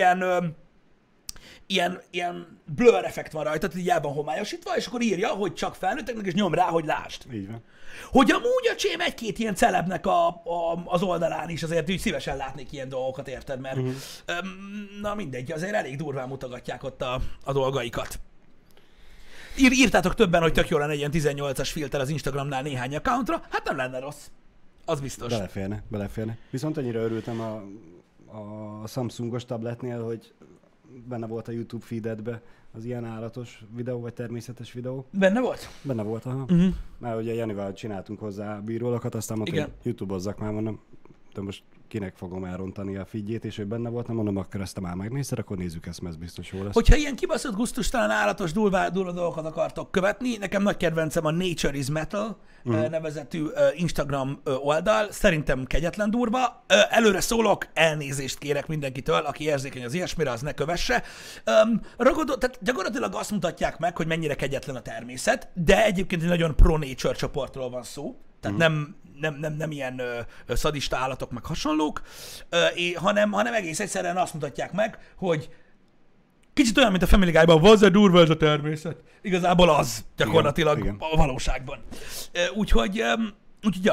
ilyen blur effekt van rajta, tehát így el van homályosítva, és akkor írja, hogy csak felnőtteknek, és nyom rá, hogy lásd. Így van. Hogy amúgy öcsém egy-két ilyen celebnek az oldalán is azért úgy szívesen látnék ilyen dolgokat, érted? Mert na mindegy, azért elég durván mutogatják ott a dolgaikat. Írtátok többen, hogy tök jó lenne egy ilyen 18-as filter az Instagramnál néhány accountra, hát nem lenne rossz. Az biztos. Beleférne. Viszont annyira örültem a Samsungos tabletnél, hogy benne volt a YouTube feededbe az ilyen állatos videó, vagy természetes videó. Benne volt? Benne volt, aha. Mert ugye Janival csináltunk hozzá bírólókat, aztán mondta, hogy YouTube-ozzak már, mondom, de most kinek fogom elrontani a figyét, és ő benne volt, nem mondom, akkor ezt már megnézted, akkor nézzük ezt, mert ez biztos jó lesz. Hogyha ilyen kibaszott gusztustalan állatos durva dolgokat akartok követni, nekem nagy kedvencem a Nature is Metal nevezetű Instagram oldal, szerintem kegyetlen durva. Előre szólok, elnézést kérek mindenkitől, aki érzékeny az ilyesmire, az ne kövesse. Tehát gyakorlatilag azt mutatják meg, hogy mennyire kegyetlen a természet, de egyébként egy nagyon pro-nature csoportról van szó, tehát nem ilyen szadista állatok meg hasonlók, hanem egész egyszerűen azt mutatják meg, hogy kicsit olyan, mint a Family Guy-ban, van durva ez a természet. Igazából az gyakorlatilag igen. A valóságban. Úgyhogy ja.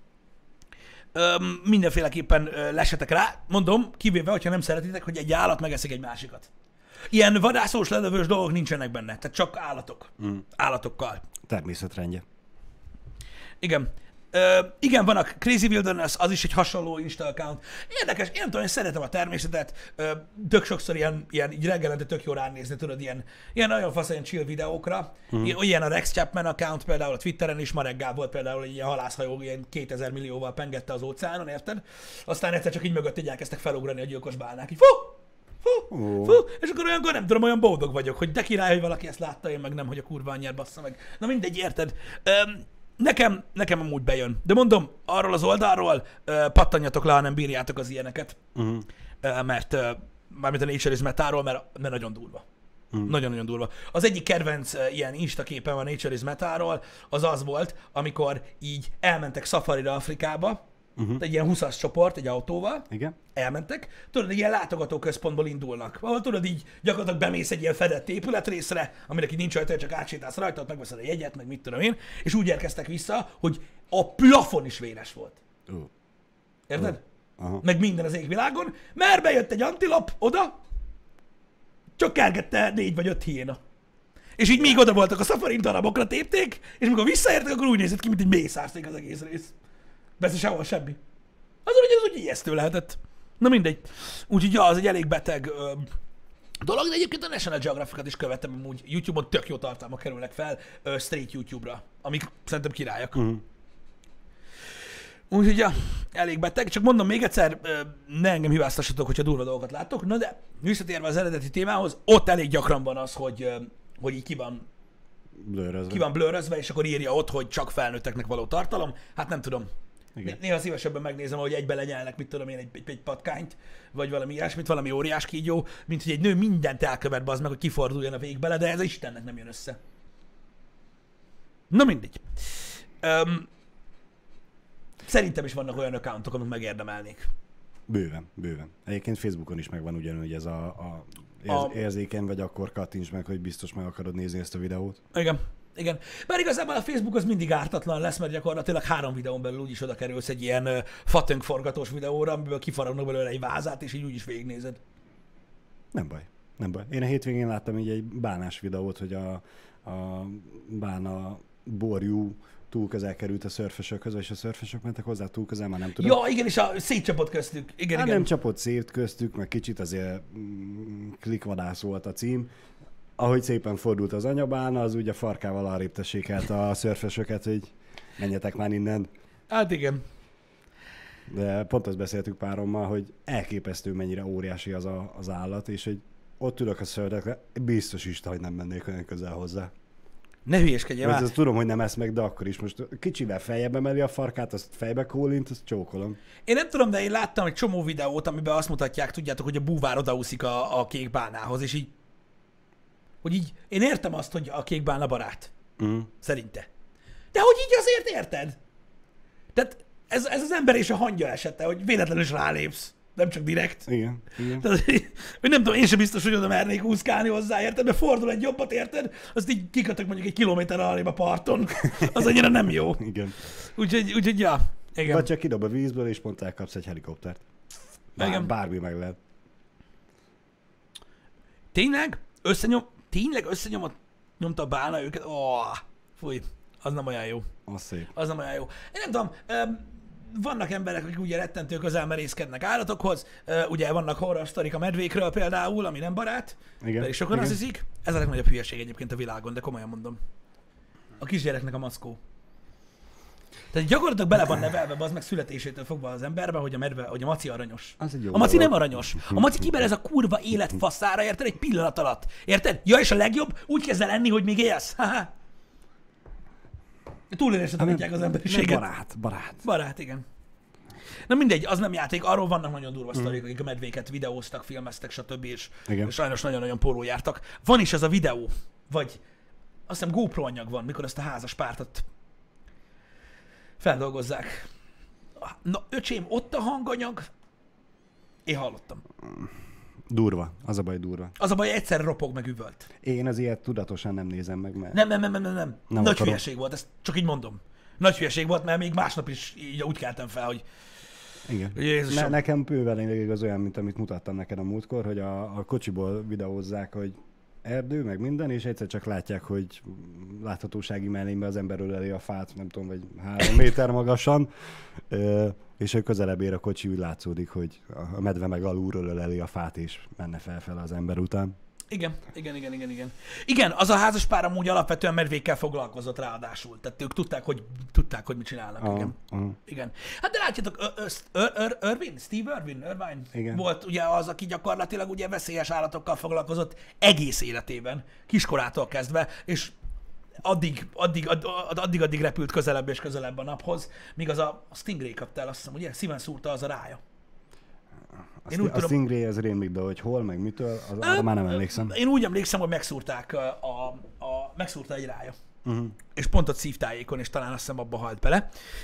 Mindenféleképpen lesetek rá. Mondom, kivéve, hogyha nem szeretitek, hogy egy állat megeszik egy másikat. Ilyen vadászós, lelövős dolgok nincsenek benne. Tehát csak állatok. Állatokkal. Természetrendje. Igen. Igen, van a Crazy Wilderness, az is egy hasonló Insta account. Érdekes, én nem tudom, én szeretem a természetet, tök sokszor ilyen így reggelente tök jó ránézni, tudod, ilyen nagyon fasz, ilyen chill videókra. Ilyen a Rex Chapman account például a Twitteren is, ma reggel volt például egy ilyen halászhajó, ilyen 2000 millióval pengette az óceánon, érted? Aztán egyszer csak így mögött így elkezdtek felugrani a gyilkos bálnák, így fú, és akkor olyankor nem tudom, olyan boldog vagyok, hogy de király, hogy valaki ezt látta, én meg nem, hogy a kurva anyját bassza meg. Na mindegy, érted? Nekem amúgy bejön. De mondom, arról az oldalról pattanjatok le, ha nem bírjátok az ilyeneket. Mert mármint a Nature is Metalról, mert nagyon durva. Nagyon-nagyon durva. Az egyik kedvenc ilyen instaképen a Nature is Metalról, az volt, amikor így elmentek szafarira Afrikába, egy ilyen 20-as csoport egy autóval, igen. Elmentek, tudod, egy ilyen látogatóközpontból indulnak, ahol tudod így gyakorlatilag bemész egy ilyen fedett épületrészre, aminek így nincs ajtaja, csak átsétálsz rajta, ott megveszed a jegyet, meg mit tudom én, és úgy érkeztek vissza, hogy a plafon is véres volt. Érted? Meg minden az égvilágon, mert bejött egy antilop oda, csak kergette 4 vagy 5 hiéna. És így még oda voltak a szafarin, darabokra tépték, és amikor visszaértek, akkor úgy nézett ki, mint egy mészárszék az egész rész. Persze sehol semmi. Azon, hogy ez úgy ijesztő lehetett. Na mindegy. Úgyhogy ja, az egy elég beteg dolog, de egyébként a National Geographic-at is követem amúgy. YouTube-on tök jó tartalmak kerülnek fel straight YouTube-ra, amik szerintem királyak. Úgyhogy ja, elég beteg. Csak mondom még egyszer, ne engem hibáztassatok, hogyha durva dolgokat láttok. Na de visszatérve az eredeti témához, ott elég gyakran van az, hogy így ki van blőrözve, és akkor írja ott, hogy csak felnőtteknek való tartalom. Hát nem tudom. Igen. Néha szívesebben megnézem, hogy egybe lenyelnek, mit tudom én, egy patkányt, vagy valami ilyesmit, valami óriás kígyó, mint hogy egy nő mindent elkövet, bazd meg, hogy kiforduljon a vég bele, de ez Istennek nem jön össze. Na mindegy. Szerintem is vannak olyan accountok, amik megérdemelnék. Bőven. Egyébként Facebookon is megvan ugyanúgy ez a érzékeny vagy, akkor kattints meg, hogy biztos meg akarod nézni ezt a videót. Igen. Bár igazából a Facebook az mindig ártatlan lesz, mert gyakorlatilag 3 videón belül úgyis oda kerülsz egy ilyen fatönk forgatós videóra, amiből kifaragnak belőle egy vázát, és így úgyis végignézed. Nem baj. Én a hétvégén láttam így egy bánás videót, hogy a bána borjú túl közel került a szörfösökhöz, és a szörfösök mentek hozzá túl közel, már nem tudom. Ja, igen, és szétcsapott köztük. Igen. Nem csapott szét köztük, meg kicsit azért klikvadász volt a cím. Ahogy szépen fordult az anyabána, az úgy a farkával arrébb tessék át a szörfösöket, hogy menjetek már innen. Hát igen. De pont azt beszéltük párommal, hogy elképesztő mennyire óriási az állat, és hogy ott ülök a szöldekre, biztos is, hogy nem mennék olyan közel hozzá. Ne hülyeskedjél már. Azt tudom, hogy nem esz meg, de akkor is most kicsivel feljebb emeli a farkát, azt fejbe kólint, azt csókolom. Én nem tudom, de én láttam egy csomó videót, amiben azt mutatják, tudjátok, hogy a búvár odaúszik a kék bánához, és így hogy így, én értem azt, hogy a kék bálna barát. Szerinte. De hogy így azért érted? Tehát ez az ember és a hangya esete, hogy véletlenül is rálépsz. Nem csak direkt. Igen. Tehát, hogy nem tudom, én sem biztos, hogy oda mernék úszkálni hozzá, érted? Mert fordul egy jobbat, érted? Azt így kikötök mondjuk 1 kilométerre arrébb a parton. Az annyira nem jó. Igen. Úgyhogy ja. Igen. Vagy csak kidob a vízből, és pont elkapsz egy helikoptert. Bármi meg lehet. Tényleg összenyomott nyomta a bálna őket? Fúj, az nem olyan jó. Az szép. Az nem olyan jó. Én nem tudom, vannak emberek, akik ugye rettentő közel merészkednek állatokhoz, ugye vannak horror sztorik a medvékről például, ami nem barát, igen, és sokan azt hiszik. Ez a legnagyobb hülyeség egyébként a világon, de komolyan mondom. A kisgyereknek a maszkó. Tehát gyakorlatilag bele van nevelve az meg születésétől fogva az emberbe, hogy a medve, hogy a maci aranyos. Az egy jó A maci dolog. nem aranyos. A maci kiber ez a kurva élet faszára, érted? Egy pillanat alatt. Érted? Ja, és a legjobb, úgy kezd el lenni, hogy még élsz. Ha-ha. Túlélésre tanítják az emberiséget. Barát, igen. Na mindegy, az nem játék, arról vannak nagyon durva sztorik, akik a medvéket videóztak, filmeztek, stb. És sajnos nagyon-nagyon pórul jártak. Van is ez a videó, vagy azt hiszem GoPro anyag van, mikor ezt a házas pártot feldolgozzák. Na, öcsém, ott a hanganyag, én hallottam. Durva, az a baj durva. Az a baj, egyszerre ropog meg üvölt. Én az ilyet tudatosan nem nézem meg, mert... Nem. Nagy hülyeség volt, ezt csak így mondom. Nagy hülyeség volt, mert még másnap is így úgy keltem fel, hogy... Igen. Nekem bőven az olyan, mint amit mutattam neked a múltkor, hogy a kocsiból videózzák, hogy erdő, meg minden, és egyszer csak látják, hogy láthatósági mellényben az ember öleli a fát, nem tudom, vagy 3 méter magasan, és hogy közelebb ér a kocsi, úgy látszódik, hogy a medve meg alulról öleli a fát, és menne felfele az ember után. Igen. Igen, az a házaspár amúgy alapvetően medvékkel foglalkozott ráadásul. Tehát ők tudták, hogy mit csinálnak. Igen. Hát de látjátok, Steve Irwin volt ugye az, aki gyakorlatilag ugye veszélyes állatokkal foglalkozott egész életében, kiskorától kezdve, és addig repült közelebb és közelebb a naphoz, míg az a Stingray kapta el, azt hiszem, ugye? Szíven szúrta az a rája. A Stingray az rémlik, de hogy hol, meg mitől, arra már nem emlékszem. Én úgy emlékszem, hogy megszúrták megszúrta egy rája. És pont ott szívtájékon, és talán azt hiszem abba halt bele.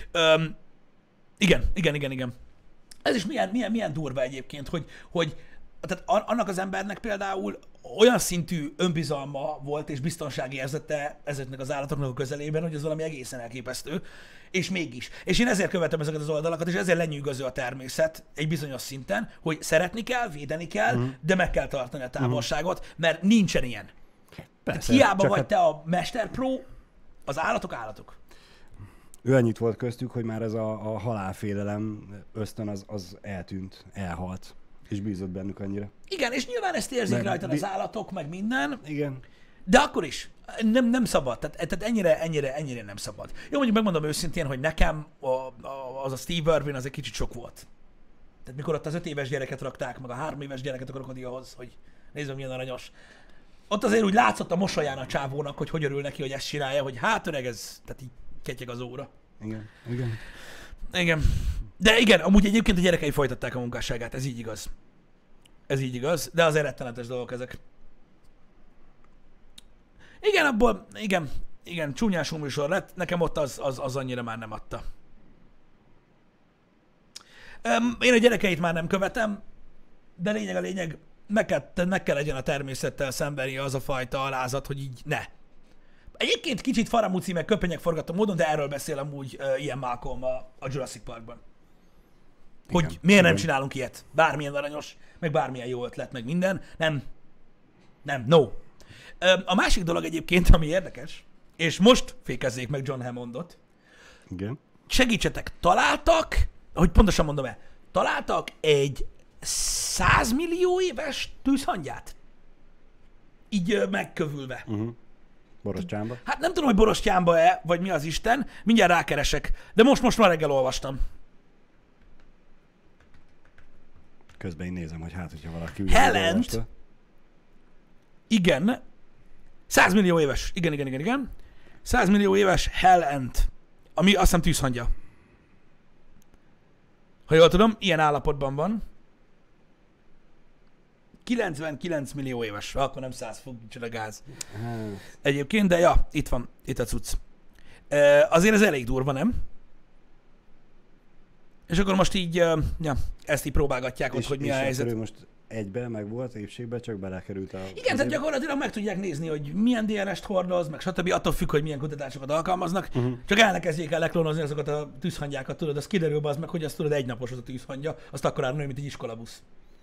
Igen. Ez is milyen durva egyébként, hogy tehát annak az embernek például olyan szintű önbizalma volt és biztonsági érzete ezeknek az állatoknak a közelében, hogy ez valami egészen elképesztő, és mégis. És én ezért követem ezeket az oldalakat, és ezért lenyűgöző a természet egy bizonyos szinten, hogy szeretni kell, védeni kell, de meg kell tartani a távolságot, mert nincsen ilyen. Persze, hiába vagy te a mesterpró, az állatok. Ő annyit volt köztük, hogy már ez a halálfélelem ösztön az eltűnt, elhalt. És bízott bennük annyira. Igen, és nyilván ezt érzik rajta az állatok, meg minden. Igen. De akkor is nem szabad, tehát ennyire nem szabad. Jó, mondjuk megmondom őszintén, hogy nekem az a Steve Irwin az egy kicsit sok volt. Tehát mikor ott az 5 éves gyereket rakták, meg a 3 éves gyereket a krokodilhoz, hogy nézzem, milyen aranyos. Ott azért úgy látszott a mosolyán a csávónak, hogy örül neki, hogy ezt csinálja, hogy hát öreg, ez, tehát így ketyeg az óra. Igen. De igen, amúgy egyébként a gyerekei folytatták a munkásságát, ez így igaz. De azért rettenetes dolgok ezek. Igen, csúnyású műsor lett, nekem ott az annyira már nem adta. Én a gyerekeit már nem követem, de lényeg, meg kell legyen a természettel szembeni az a fajta alázat, hogy így ne. Egyébként kicsit faramúci meg köpenyegforgató módon, de erről beszél amúgy Ian Malcolm a Jurassic Parkban. Hogy miért nem csinálunk ilyet? Bármilyen aranyos, meg bármilyen jó ötlet, meg minden. No. A másik dolog egyébként, ami érdekes, és most fékezzék meg John Hammondot. Igen. Segítsetek, találtak egy 100 millió éves tűzhangyát? Így megkövülve. Borostyánba? Hát nem tudom, hogy borostyánba-e, vagy mi az Isten. Mindjárt rákeresek. De most ma reggel olvastam. Közben én nézem, hogy hogyha valaki Hellent. Igen. 100 millió éves. Igen. 100 millió éves Hellent. Ami azt hiszem tűzhangya. Ha jól tudom, ilyen állapotban van. 99 millió éves. Akkor nem 100 fog, micsoda gáz. Egyébként, de ja, itt van. Itt a cucc. Azért ez elég durva, nem? És akkor most így, ezt így próbálgatják ott, hogy mi a helyzet. És most egybe meg volt, épségbe, csak belekerült a... Igen, tehát gyakorlatilag meg tudják nézni, hogy milyen DNS-t hordoz, meg stb. Attól függ, hogy milyen kutatásokat alkalmaznak. Csak elkezdjék el leklónozni azokat a tűzhangyákat, tudod, az kiderül az meg, hogy azt tudod, egynapos az a tűzhangya, azt akkor nő, mint egy iskolabusz.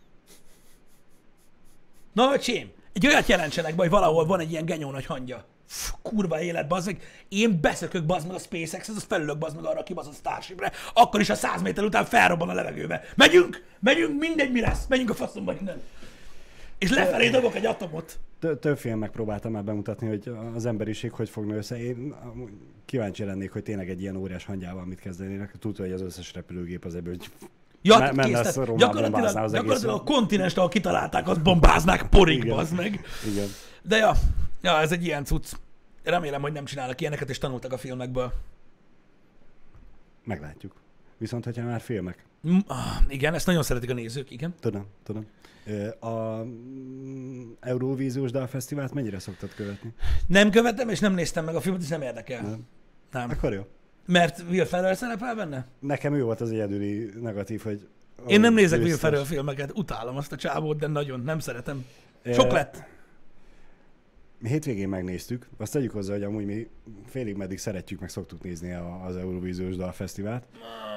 Na, öcsém, egy olyat jelentsenek be, hogy valahol van egy ilyen genyó nagy hangya. Kurva élet, bazd meg. Én beszökök, bazd meg a SpaceX, az felülök, bazd meg arra a kibaszott Starshipre, akkor is a 100 méter után felrobban a levegőbe. Megyünk, mindegy mi lesz, megyünk a faszomba innen. És lefelé dobok egy atomot. Több film megpróbáltam már bemutatni, hogy az emberiség hogy fogna össze. Én kíváncsi lennék, hogy tényleg egy ilyen óriás hangyával mit kezdenének. Tudod, hogy az összes repülőgép az ebből, hogy gyakorlatilag a kontinenst, ahol kitalálták, azt bombáznák porig, bazd meg. Igen. De ja, ez egy ilyen cucc. Remélem, hogy nem csinálnak ilyeneket, és tanultak a filmekből. Meglátjuk. Viszont, hogyha már filmek. Igen, ezt nagyon szeretik a nézők, igen. Tudom. A Eurovíziós Dalfesztivált mennyire szoktad követni? Nem követem, és nem néztem meg a filmet, és nem érdekel. Nem. Akkor jó. Mert Will Ferrell szerepel benne? Nekem ő volt az egyedüli negatív, hogy... Én nem nézek Will Ferrell filmeket, utálom azt a csávót, de nagyon nem szeretem. Sok lett. Mi hétvégén megnéztük, azt tegyük hozzá, hogy amúgy mi félig meddig szeretjük, meg szoktuk nézni az Eurovíziós Dalfesztivált.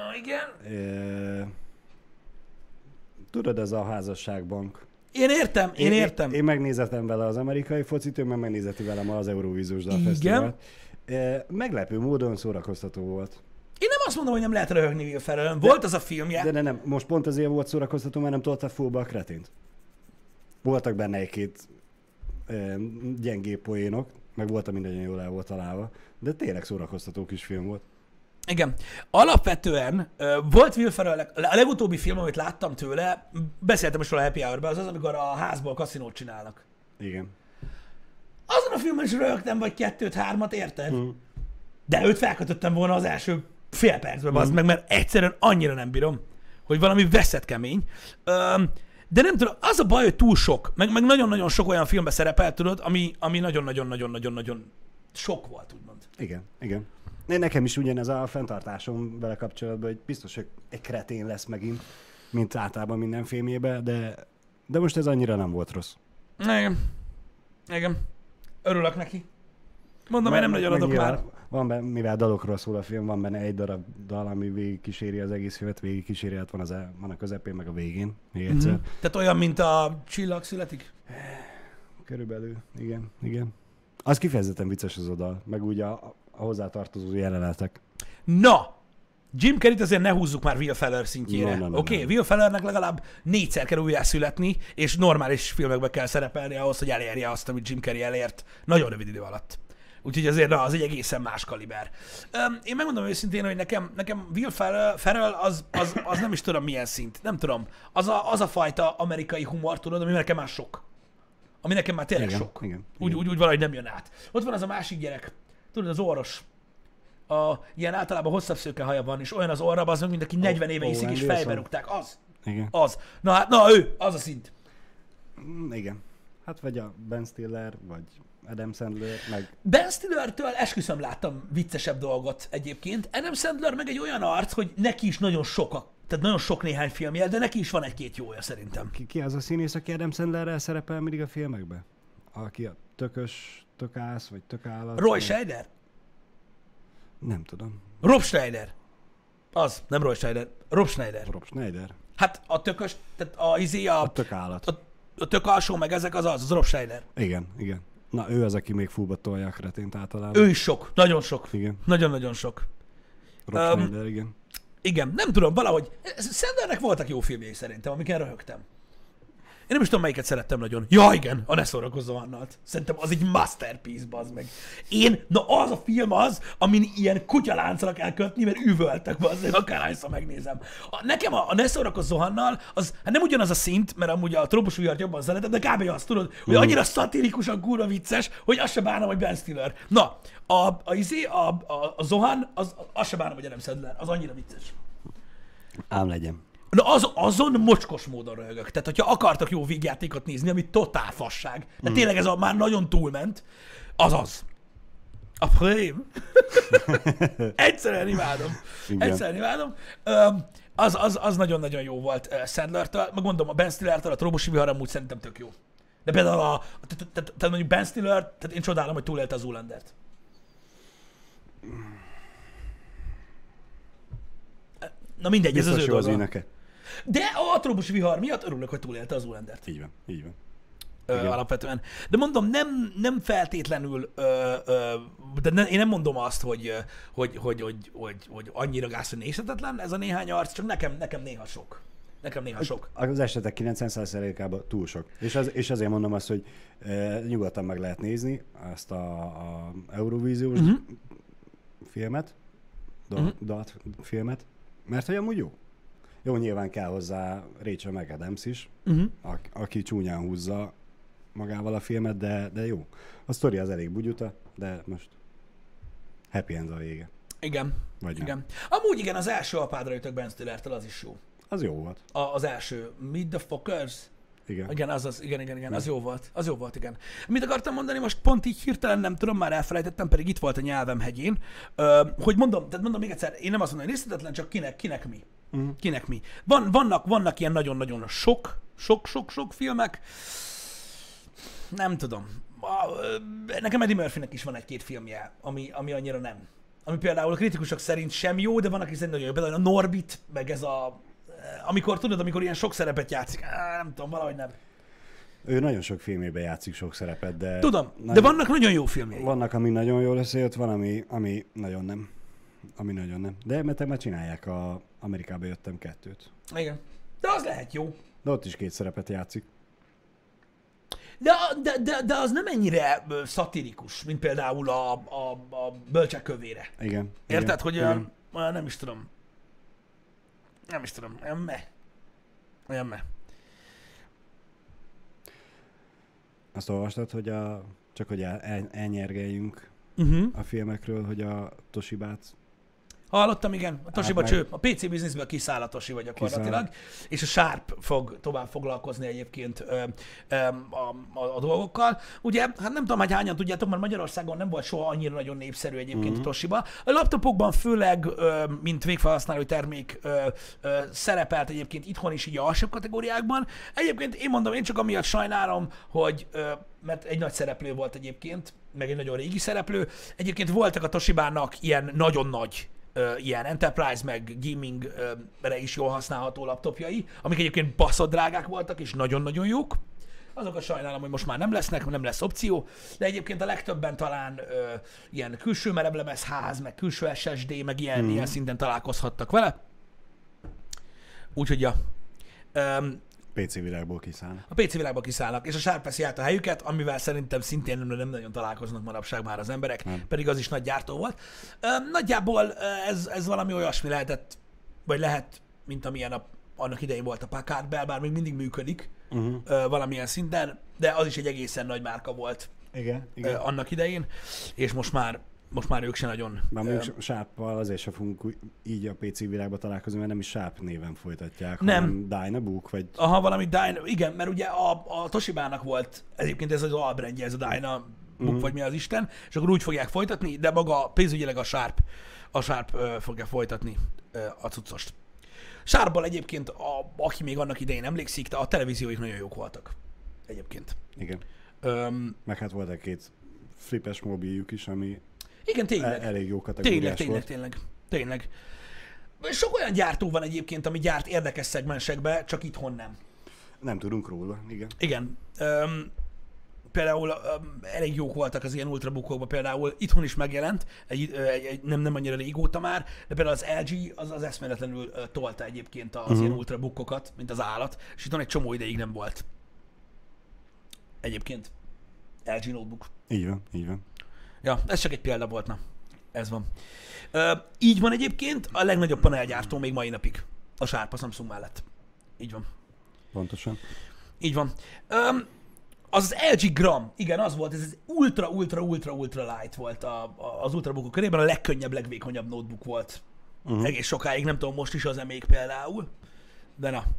Igen. Tudod, ez a házasságbank. Én értem. Én megnézettem vele az amerikai focit, ő meg megnézeti velem az Eurovíziós Dalfesztivált. Meglepő módon szórakoztató volt. Én nem azt mondom, hogy nem lehet röhögni Will Ferrellen. Volt az a filmje. De nem. Most pont azért volt szórakoztató, mert nem tolta fullba a kretént. Voltak benne egy-két gyengébb poénok, meg voltam mindannyian jól el volt találva, de tényleg szórakoztató kis film volt. Igen. Alapvetően volt Will Ferrell, a legutóbbi film, amit láttam tőle, beszéltem is róla a Happy Hour-ben, az, amikor a házból kaszinót csinálnak. Igen. Azon a filmen is röhögtem, vagy 2-3, érted? De őt felkötöttem volna az első fél percben, bazd meg, mert egyszerűen annyira nem bírom, hogy valami veszett kemény. De nem tudom, az a baj, hogy túl sok, meg nagyon-nagyon sok olyan filmbe szerepel, tudod, ami nagyon-nagyon-nagyon-nagyon sok volt, úgymond. Igen. Nekem is ugyanez a fenntartásom vele kapcsolatban, hogy biztos, hogy egy kretén lesz megint, mint általában minden filmjében, de most ez annyira nem volt rossz. Igen. Örülök neki. Mondom, én nem nagyon adok már. Van benne, mivel dalokról szól a film, van benne egy darab dal, ami végigkíséri az egész filmet, végigkíséri, van a közepén, meg a végén, még egyszer. Tehát olyan, mint a Csillag születik? Körülbelül, igen. Az kifejezetten vicces az a dal, meg úgy a hozzátartozó jelenetek. Na! Jim Carrey-t azért ne húzzuk már Will Ferrell szintjére. Oké, Will Ferrellnek legalább 4-szer kell újjászületni, és normális filmekbe kell szerepelni ahhoz, hogy elérje azt, amit Jim Carrey elért nagyon rövid idő alatt. Úgyhogy azért az egy egészen más kaliber. Én megmondom őszintén, hogy nekem Will Ferrell az nem is tudom milyen szint. Nem tudom. Az a fajta amerikai humor, tudod, ami nekem már sok. Ami nekem már tényleg sok. Igen. Úgy valahogy nem jön át. Ott van az a másik gyerek. Tudod, az orvos. Ilyen általában hosszabb szőke haja van, és olyan az orra, az meg, mint aki 40 éve iszik, és fejbe rúgták. Az. Igen. Az. Na ő, az a szint. Igen. Hát vagy a Ben Stiller, vagy Adam Sandler, meg... Ben Stillertől esküszöm láttam viccesebb dolgot egyébként. Adam Sandler meg egy olyan arc, hogy neki is nagyon sok, tehát nagyon sok néhány filmje, de neki is van egy-két jója szerintem. Ki az a színész, aki Adam Sandlerrel szerepel mindig a filmekben? Aki a tökász, vagy tökállat? Roy Scheider? Nem tudom. Rob Schneider. Az, nem Roy Scheider. Rob Schneider. Rob Schneider. Hát a tökös, tehát a tökállat. A tök alsó, meg ezek az Rob Schneider. Igen. Na, ő az, aki még fullba tolja a kretént általában. Ő is sok, nagyon sok. Igen. Nagyon-nagyon sok. Rob Schneider, igen. Igen, nem tudom, valahogy. Sandlernek voltak jó filmjei szerintem, amiken röhögtem. Én nem is tudom, melyiket szerettem nagyon. Ja, igen, a Ne szórakozzó Annalt. Szerintem az egy masterpiece, bazd meg. Az a film az, amin ilyen kutyaláncra kell kötni, mert üvöltek, bazd meg, akárhányszor megnézem. Nekem a Ne szórakozzó Annal, az hát nem ugyanaz a szint, mert amúgy a Trópus vihart jobban szeretem, de kb. Azt tudod, hogy annyira szatirikusan kurva vicces, hogy azt se bánom, hogy Ben Stiller. Na, a Zohan, azt se bánom, hogy Adam Sandler. Az annyira vicces. Ám legyen. Na azon mocskos módon röhögök. Tehát, hogyha akartak jó vígjátékot nézni, ami totál fasság, de tényleg ez már nagyon túlment, az. A frame. Egyszerűen imádom. Az nagyon-nagyon jó volt Sandlertől. Megmondom, a Ben Stillertől, a Trópusi vihar amúgy szerintem tök jó. De például tehát mondjuk Ben Stiller, tehát én csodálom, hogy túlélte az Zoolandert. Na mindegy, biztos ez az ő dolga. éneke. De a trópusi vihar miatt örülök, hogy túlélte az Zoolandert. Így van. Alapvetően. De mondom, nem feltétlenül, én nem mondom azt, hogy annyira gáz, hogy nézhetetlen ez a néhány arc, csak nekem néha sok. Nekem néha sok. Az esetek 90%-ában túl sok. És azért mondom azt, hogy nyugodtan meg lehet nézni ezt a Eurovíziós filmet, filmet, mert hogy amúgy jó. Jó, nyilván kell hozzá Rachel McAdams is, aki csúnyán húzza magával a filmet, de jó. A sztori az elég bugyuta, de most happy end a vége. Igen. Vagy igen. Nem. Amúgy igen, az első apádra jutok Ben Stillertől, az is jó. Az jó volt. Az első. Meet the Fockers. Igen. Igen, igen, az jó volt. Az jó volt, igen. Mit akartam mondani, most pont így hirtelen nem tudom, már elfelejtettem, pedig itt volt a nyelvem hegyén, hogy mondom még egyszer, én nem azt mondom, hogy részletetlen, csak kinek mi. Kinek mi. Vannak ilyen nagyon-nagyon sok filmek. Nem tudom. Nekem Eddie Murphynek is van egy-két filmje, ami annyira nem. Ami például a kritikusok szerint sem jó, de vannak is nagyon jó. Például a Norbit, meg ez amikor ilyen sok szerepet játszik. Nem tudom, valahogy nem. Ő nagyon sok filmében játszik sok szerepet, de... Tudom, de vannak nagyon jó filmjei. Vannak, ami nagyon jól összejött, van, ami nagyon nem. Ami nagyon nem. De mert már csinálják Amerikába jöttem 2. Igen. De az lehet jó. De ott is 2 szerepet játszik. De az nem ennyire szatirikus, mint például a Bölcsek kövére. Igen. Érted, igen, hogy igen. Olyan nem is tudom, olyan meh. Azt olvastad, hogy csak hogy elnyergeljünk a filmekről, hogy a Toshibát... Hallottam, igen. A Toshiba cső. A PC bizniszből kiszáll a Toshiba gyakorlatilag, és a Sharp fog tovább foglalkozni egyébként a dolgokkal. Ugye, hát nem tudom, hogy hányan tudjátok, mert Magyarországon nem volt soha annyira nagyon népszerű egyébként a Toshiba. A laptopokban főleg, mint végfelhasználói termék szerepelt egyébként itthon is így a alsóbb kategóriákban. Egyébként én csak amiatt sajnálom, hogy mert egy nagy szereplő volt egyébként, meg egy nagyon régi szereplő. Egyébként voltak a Toshibának ilyen nagyon nagy ilyen enterprise, meg gaming-re is jól használható laptopjai, amik egyébként baszott drágák voltak, és nagyon-nagyon jók. Azokat sajnálom, hogy most már nem lesznek, nem lesz opció, de egyébként a legtöbben talán ilyen külső merevlemezház, meg külső SSD, meg ilyen szinten találkozhattak vele. Úgyhogy ja. PC világból kiszállnak. A PC világból kiszállnak, és a Sharp veszi át a helyüket, amivel szerintem szintén nem nagyon találkoznak manapság már az emberek, pedig az is nagy gyártó volt. Nagyjából ez valami olyasmi lehetett, vagy lehet, mint amilyen annak idején volt a Packard Bell, bár még mindig működik valamilyen szinten, de az is egy egészen nagy márka volt igen. Annak idején, és most már ők se nagyon... Már mondjuk Sharppal azért se fogunk így a PC világba találkozni, mert nem is Sharp néven folytatják, hanem Dynabook, vagy... Aha, valami igen, mert ugye a Toshibának volt egyébként ez az albrandje, ez a Dynabook, vagy mi az Isten, és akkor úgy fogják folytatni, de maga pénzügyileg a Sharp fogja folytatni a cuccost. Sharpból egyébként, aki még annak idején emlékszik, a televízióik nagyon jók voltak. Egyébként. Igen. Meg hát volt egy-két flipes mobiljuk is, ami igen, tényleg. Elég jó kategóriás volt. Tényleg. Sok olyan gyártó van egyébként, ami gyárt érdekes szegmensekbe, csak itthon nem. Nem tudunk róla, igen. Igen. Például elég jók voltak az ilyen ultrabookokban, például itthon is megjelent, nem annyira régóta már, de például az LG az eszméletlenül tolta egyébként az ilyen ultrabookokat, mint az állat, és itthon egy csomó ideig nem volt. Egyébként. LG notebook. Így van. Ja, ez csak egy példa volt, na. Ez van. Így van egyébként a legnagyobb panelgyártó még mai napig. A Sharp a Samsung mellett. Így van. Pontosan. Így van. Az LG Gram, igen, az volt, ez ultra light volt az ultrabookok körében, a legkönnyebb, legvékonyabb notebook volt. Egész sokáig, nem tudom, most is az még például. De na.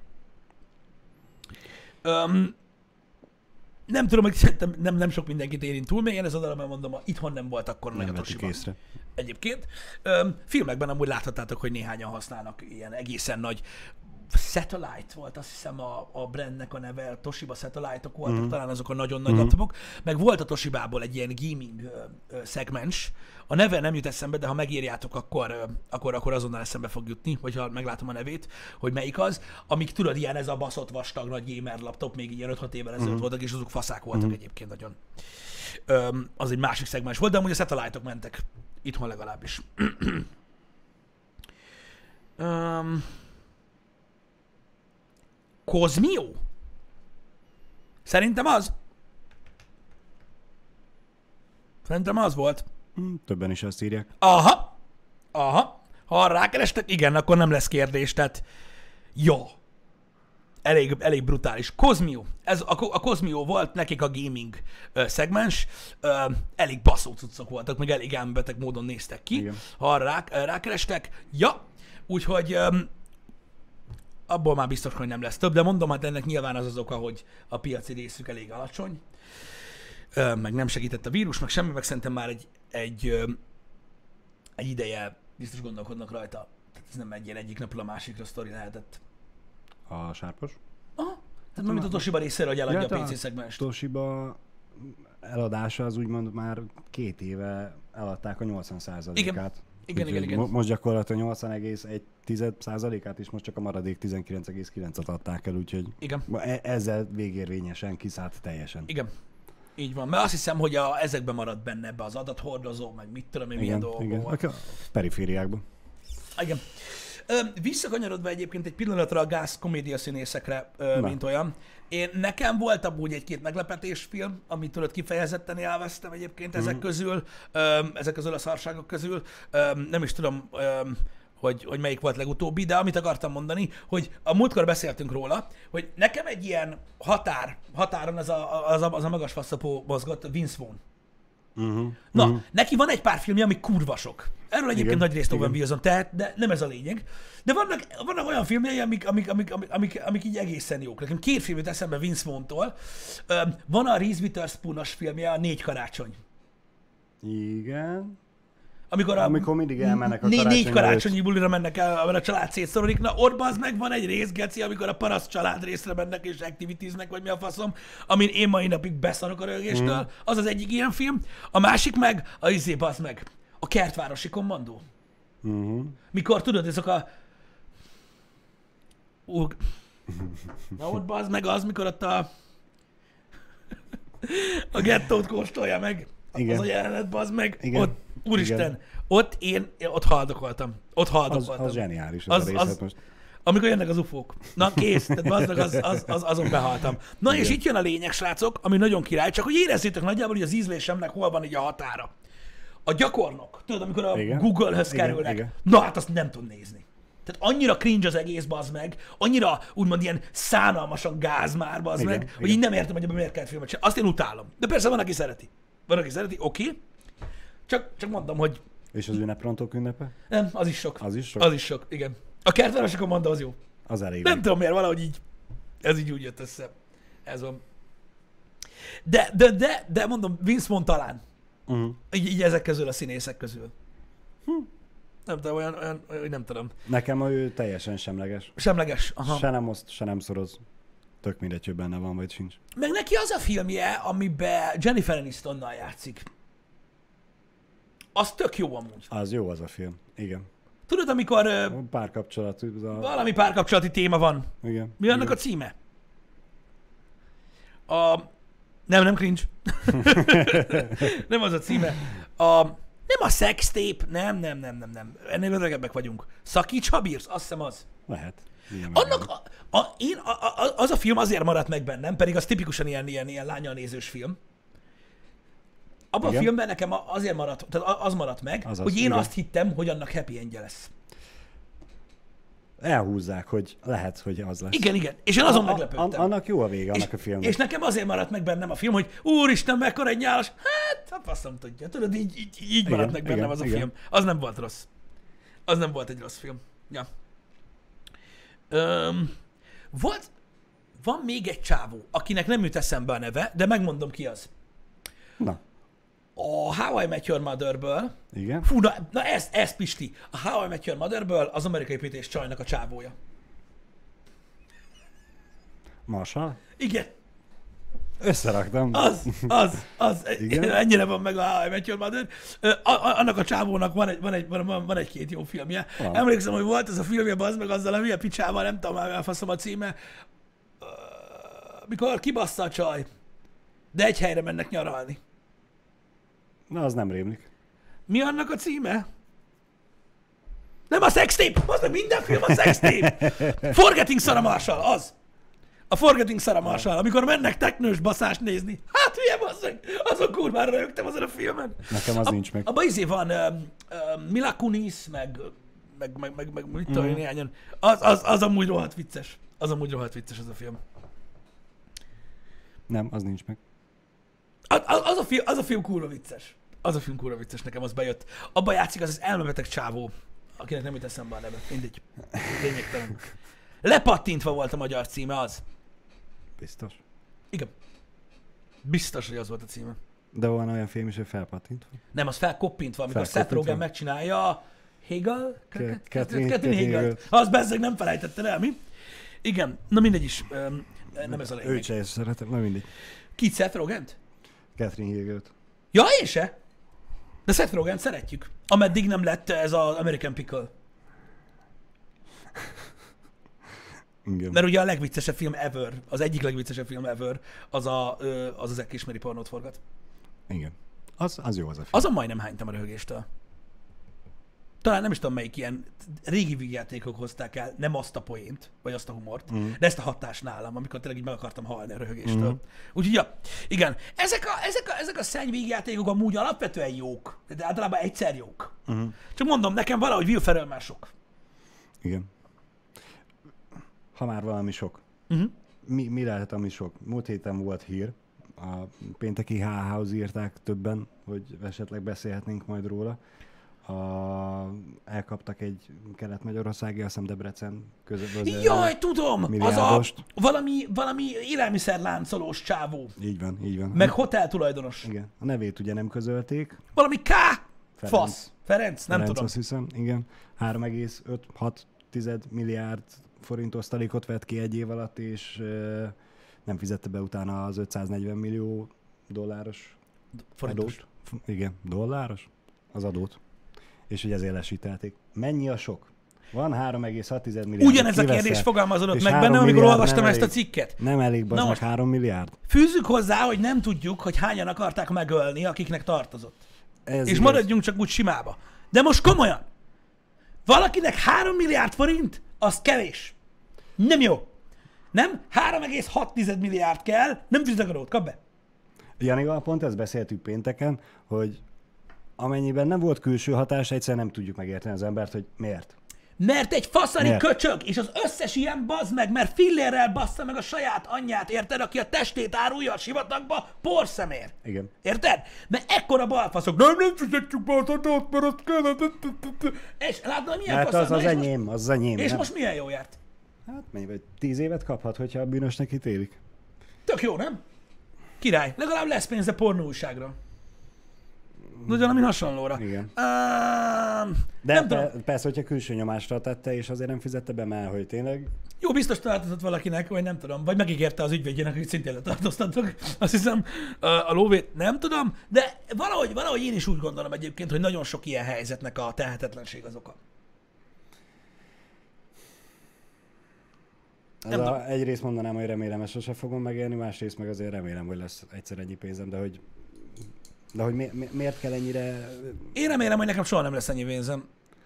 Nem tudom, hogy szerintem nem sok mindenkit érint túl mélyen ez a darab, mert mondom, itthon nem volt akkor nagy a Toshiba. Egyébként. Filmekben amúgy láthattátok, hogy néhányan használnak ilyen egészen nagy Satellite volt, azt hiszem a brandnek a neve, a Toshiba Satellite-ok voltak, talán azok a nagyon nagy laptopok, meg volt a Toshibából egy ilyen gaming szegmens. A neve nem jut eszembe, de ha megírjátok, akkor azonnal eszembe fog jutni, hogyha meglátom a nevét, hogy melyik az. Amik tudod, ilyen ez a baszott vastag nagy gamer laptop, még ilyen 5-6 évvel ezelőtt voltak, és azok faszák voltak egyébként nagyon. Az egy másik szegmens volt, de amúgy a Satellite-ok mentek. Itthon legalábbis. Cosmio? Szerintem az. Szerintem az volt. Többen is ezt írják. Aha. Ha rákerestek, igen, akkor nem lesz kérdés, tehát jó. Elég brutális. Cosmio. Ez a Cosmio volt nekik a gaming szegmens. Elég baszó cuccok voltak, meg elég elmebeteg módon néztek ki. Igen. Ha rákerestek. Ja, úgyhogy abból már biztos, hogy nem lesz több, de mondom, hát ennek nyilván az oka, hogy a piaci részük elég alacsony. Meg nem segített a vírus, meg semmi, meg szerintem már egy ideje biztos gondolkodnak rajta. Tehát ez nem egy ilyen egyik napról a másikra sztori lehetett. A sárpos? Aha. Tehát mint a Toshiba részéről, hogy eladja a PC szegmest. Toshiba eladása az úgymond már 2 éve eladták a 80%-át. Igen. Most gyakorlatilag 80,1%-át, és most csak a maradék 19,9-et adták el, úgyhogy igen. Ezzel végérvényesen kiszállt teljesen. Igen. Így van, mert azt hiszem, hogy ezekben maradt benne ebbe az adathordozó, meg mit tudom én, milyen dolgok volt. A perifériákban. Igen. Visszakanyarodva egyébként egy pillanatra a gáz komédia színészekre, mint olyan. Nekem volt amúgy egy-két meglepetésfilm, amit tudod kifejezetten élveztem egyébként ezek közül a szarságok közül. Nem is tudom, hogy melyik volt legutóbbi, de amit akartam mondani, hogy a múltkor beszéltünk róla, hogy nekem egy ilyen határon az a magas faszapó mozgott, Vince Vaughn. Neki van egy pár filmje, ami kurva sok. Erről egyébként nagy részt Owen Wilson tehet, de nem ez a lényeg. De vannak olyan filmjei, amik így egészen jók. Nekem 2 film jut eszembe Vince Vaughn-tól. Van a Reese Witherspoon-os filmje, a 4 karácsony. Igen. Amikor mindig elmennek a 4 karácsonyi bulira mennek el, ahol a család szétszorodik. Na, ott az meg van egy rész, geci, amikor a paraszt család részre mennek és activitiesnek, vagy mi a faszom, amin én mai napig beszarok a rögéstől. Az az egyik ilyen film. A másik meg, az meg, a Kertvárosi kommandó. Mikor tudod, ezek a... Na, ott az meg az, mikor ott a gettót kóstolja meg. Igen. Az a jelenet, bazd meg. Igen. Ott, úristen, igen. Ott haldokoltam. Az zseniális az a részlet most. Amikor jönnek az ufók. Na kész, tehát azon behaltam. Na igen. És itt jön a lényeg, srácok, ami nagyon király, csak hogy érezzétek nagyjából, hogy az ízlésemnek hol van így a határa. A gyakornok, tudod, amikor a Google-höz kerülnek, igen. Na hát azt nem tud nézni. Tehát annyira cringe az egész, bazd meg, annyira úgymond ilyen szánalmasan gáz már, bazd meg, igen. Hogy így nem értem, hogy ebben miért kell filmet csinálni. Azt én utálom. De persze van, aki szereti. Oké. Csak mondom, hogy... És az ünneprontók ünnepe? Nem, az is sok. Az is sok, igen. A Kertvárosi kommandó az jó. Az elég. Nem tudom miért, valahogy így, ez így úgy jött össze. Ez van. De mondom, Vince Vaughn talán. Így ezek közül, a színészek közül. Nem tudom, olyan, nem tudom. Nekem ő teljesen semleges. Semleges, aha. Se nem oszt, se nem szoroz. Tök mindegy, hogy benne van, vagy sincs. Meg neki az a filmje, amiben Jennifer Anistonnal játszik. Az tök jó amúgy. Az jó az a film, igen. Tudod, amikor... Párkapcsolat. Valami párkapcsolati téma van. Igen. Mi annak a címe? Nem cringe. Nem az a címe. Nem a sex tape. Nem. Ennél öregebbek vagyunk. Szakíts, ha bírsz, azt hiszem az. Lehet. Az a film azért maradt meg bennem, pedig az tipikusan ilyen lányal nézős film. Abban a filmben nekem azért maradt, tehát az maradt meg, hogy én azt hittem, hogy annak happy endje lesz. Elhúzzák, hogy lehet, hogy az lesz. Igen. És én azon meglepődtem. Annak jó a vége, annak a filmnek. És nekem azért maradt meg bennem a film, hogy úristen, mekkora egy nyálas. Hát azt nem tudja. Tudod, így maradt meg bennem az a film. Az nem volt rossz. Az nem volt egy rossz film. Ja. Van még egy csávó, akinek nem jut eszembe a neve, de megmondom ki az. Na. A How I Met Your Mother-ből. Igen. Fú, na ez Pisti. A How I Met Your Mother-ből az amerikai építés csajnak a csávója. Marshall? Igen. Összeraktam. Az. Igen? Ennyire van meg a How I Met Your Mother. Annak a csávónak van egy-két jó filmje. Van. Emlékszem, hogy volt ez a filmje, az meg azzal a milyen picsával, nem tudom, elfaszom a címe. Mikor kibassza a csaj, de egy helyre mennek nyaralni. Na, az nem rémlik. Mi annak a címe? Nem a sex tape! Az meg minden film a sex tape! Forgetting Sarah Marshall, az! A Forgetting Sarah Marshall, amikor mennek teknős baszást nézni. Hát hülye basszak, azon kurvára rögtem azon a filmen. Nekem az nincs meg. Abban van Mila Kunis, meg mit tudom én néhányan. Az amúgy rohadt vicces. Az amúgy rohadt vicces az a film. Nem, az nincs meg. Az a film kurva vicces. Az a film kurva vicces, nekem az bejött. Abban játszik az elmebeteg csávó, akinek nem jut eszembe a neve. Mindegy. Lényegtelen. Lepattintva volt a magyar címe az. Biztos? Igen. Biztos, hogy az volt a címe. De van olyan film is, hogy felpattintva? Nem, az felkoppintva, amikor Seth Rogen megcsinálja Hegel? Catherine Hegel. Az bezzeg nem felejtetted el, mi? Igen, na mindegy is. Nem ez a lényeg. Őt se szeretem, na mindegy. Kit, Seth Rogent? Catherine Hegelt. Ja, én se. De Seth Rogent szeretjük. Ameddig nem lett ez az American Pickle. Igen. Mert ugye a legviccesebb film ever, az egyik legviccesebb film ever, az Ek ismeri pornót forgat. Igen. Az jó az a film. Azon majdnem hánytam a röhögéstől. Talán nem is tudom, melyik ilyen régi vígjátékok hozták el, nem azt a poént, vagy azt a humort, de ezt a hatást nálam, amikor tényleg így meg akartam halni a röhögéstől. Úgyhogy, ja, igen. Ezek a szenny vígjátékok amúgy alapvetően jók, de általában egyszer jók. Csak mondom, nekem valahogy Will Ferrell már sok. Igen. Ha már valami sok. Mi lehet, ami sok? Múlt héten volt hír, a pénteki H-House írták többen, hogy esetleg beszélhetnénk majd róla. Elkaptak egy kelet-magyarországi, azt hiszem Debrecen között. Jaj, tudom! Az a valami élelmiszerláncolós csávó. Így van. Meg hotel tulajdonos. Igen. A nevét ugye nem közölték. Valami K. Fasz. Ferenc, nem tudom. Azt hiszem, igen. 3,5 milliárd forint osztalékot vett ki egy év alatt, és nem fizette be utána az 540 millió dolláros adót. Igen, dolláros az adót. És hogy ezért lesítelték. Mennyi a sok? Van 3,6 milliárd. Ugyanez a kérdés fogalmazódott meg bennem, amikor olvastam ezt a cikket. Nem elég, bazd meg 3 milliárd. Fűzzük hozzá, hogy nem tudjuk, hogy hányan akarták megölni, akiknek tartozott. És igaz. Maradjunk csak úgy simába. De most komolyan. Valakinek 3 milliárd forint, az kevés. Nem jó. Nem? 3,6 milliárd kell, nem fizet adót, kap be. Janival pont ezt beszéltük pénteken, hogy amennyiben nem volt külső hatás, egyszerűen nem tudjuk megérteni az embert, hogy miért. Mert egy faszari köcsög, és az összes ilyen bazd meg, mert fillérrel bassza meg a saját anyját, érted? Aki a testét árulja a sivatagba porszemér. Igen. Érted? Mert ekkora balfaszok. Nem fizetjük be az adót, mert azt kell. És látod, milyen faszal? Hát az enyém, az enyém. És most milyen jó járt? Hát mennyi vagy 10 évet kaphat, hogyha a bűnösnek ítélik. Tök jó, nem? Király. Legalább lesz pénze pornóújságra. Vagy valami hasonlóra. Igen. De persze, hogyha külső nyomásra tette, és azért nem fizette be már, hogy tényleg... Jó, biztos találtatott valakinek, vagy nem tudom, vagy megígérte az ügyvédjének, hogy szintén letartóztattak. Azt hiszem, a lóvét nem tudom, de valahogy én is úgy gondolom egyébként, hogy nagyon sok ilyen helyzetnek a tehetetlenség az oka. Egyrészt mondanám, hogy remélem, ezt sose fogom megélni, másrészt meg azért remélem, hogy lesz egyszer ennyi pénzem, de hogy miért kell ennyire... Én remélem, hogy nekem soha nem lesz ennyi pénzem.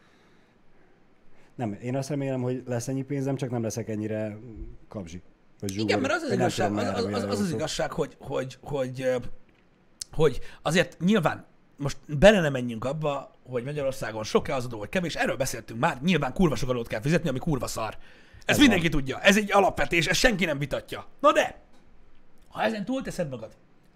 Nem, én azt remélem, hogy lesz ennyi pénzem, csak nem leszek ennyire kapzsi. Igen, mert az igazság, hogy azért nyilván most bele nem menjünk abba, hogy Magyarországon sok-e az adó, vagy kevés, erről beszéltünk már, nyilván kurva sok adót kell fizetni, ami kurva szar. Ezt mindenki tudja, ez egy alapvetés, ezt senki nem vitatja. Na de, ha ezen túlteszed magad,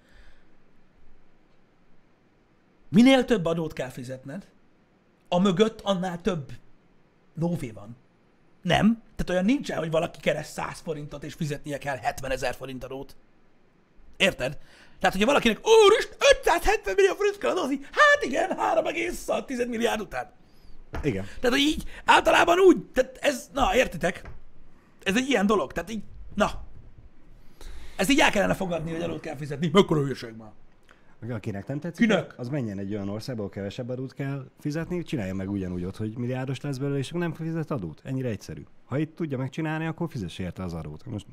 minél több adót kell fizetned, amögött annál több lóvé van. Nem? Tehát olyan nincsen, hogy valaki keres 100 forintot, és fizetnie kell 70 000 forint adót. Érted? Tehát, hogyha valakinek, úristen, 570 millió forint kell adózni, hát igen, 3,6 milliárd után. Igen. Tehát, hogy így általában úgy, tehát ez, na, értitek? Ez egy ilyen dolog, tehát így, na. Ezt így el kellene fogadni, hogy adót kell fizetni. Mekkora hülyeség már. Akinek nem tetszik, Kinek? Az menjen egy olyan országba, ahol kevesebb adót kell fizetni, csinálja meg ugyanúgy ott, hogy milliárdos lesz belőle, és nem fizet adót. Ennyire egyszerű. Ha itt tudja megcsinálni, akkor fizesse érte az adót. Most...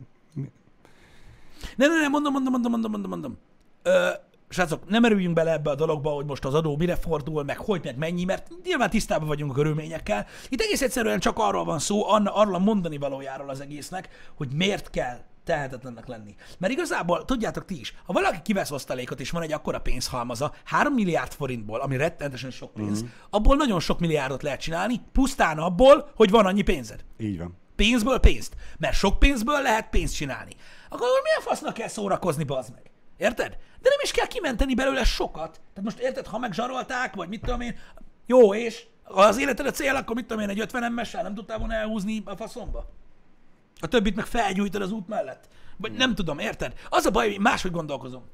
Nem, mondom. Srácok, nem erüljünk bele ebbe a dologba, hogy most az adó mire fordul, meg hogy, meg mennyi, mert nyilván tisztában vagyunk a körülményekkel. Itt egész egyszerűen csak arról van szó, arról a mondani valójáról az egésznek, hogy miért kell tehetetlennek lenni. Mert igazából, tudjátok ti is, ha valaki kivesz osztalékot, és van egy akkora pénzhalmaza, 3 milliárd forintból, ami rettenetesen sok pénz, abból nagyon sok milliárdot lehet csinálni, pusztán abból, hogy van annyi pénzed. Így van. Pénzből pénzt. Mert sok pénzből lehet pénzt csinálni. Akkor milyen fasznak kell szórakozni, bazd meg? Érted? De nem is kell kimenteni belőle sokat. Tehát most érted, ha megzsarolták, vagy mit tudom én, jó, és ha az életed a cél, akkor mit tudom én, egy 50 M-essel nem tudtál volna elhúzni a faszomba? A többit meg felgyújtod az út mellett. Vagy nem tudom, érted? Az a baj, hogy máshogy gondolkozom.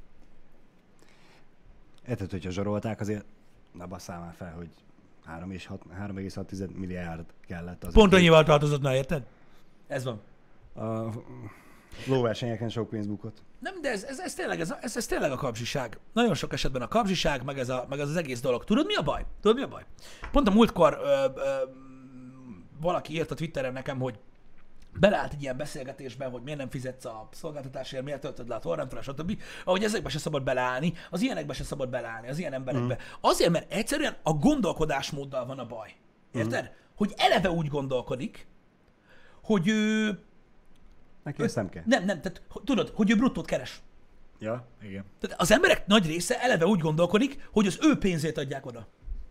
Érted, hogyha zsarolták, azért na basszál már fel, hogy 3,6 milliárd kellett. Az Pont annyival tartozott, na érted? Ez van. A lóversenyeken sok pénz bukott. Nem, de ez tényleg a kapzsiság. Nagyon sok esetben a kapzsiság, meg ez az egész dolog. Tudod, mi a baj? Pont a múltkor valaki írt a Twitteren nekem, hogy beleállt egy ilyen beszélgetésbe, hogy miért nem fizetsz a szolgáltatásért, miért töltöd le a torrentre, stb. Ahogy ezekbe se szabad beleállni, az ilyenekbe se szabad beleállni, az ilyen emberekbe. Azért, mert egyszerűen a gondolkodásmóddal van a baj. Érted? Hogy eleve úgy gondolkodik, hogy ő... Neki ezt nem kell. Nem, tehát tudod, hogy ő bruttót keres. Ja, igen. Tehát az emberek nagy része eleve úgy gondolkodik, hogy az ő pénzét adják oda.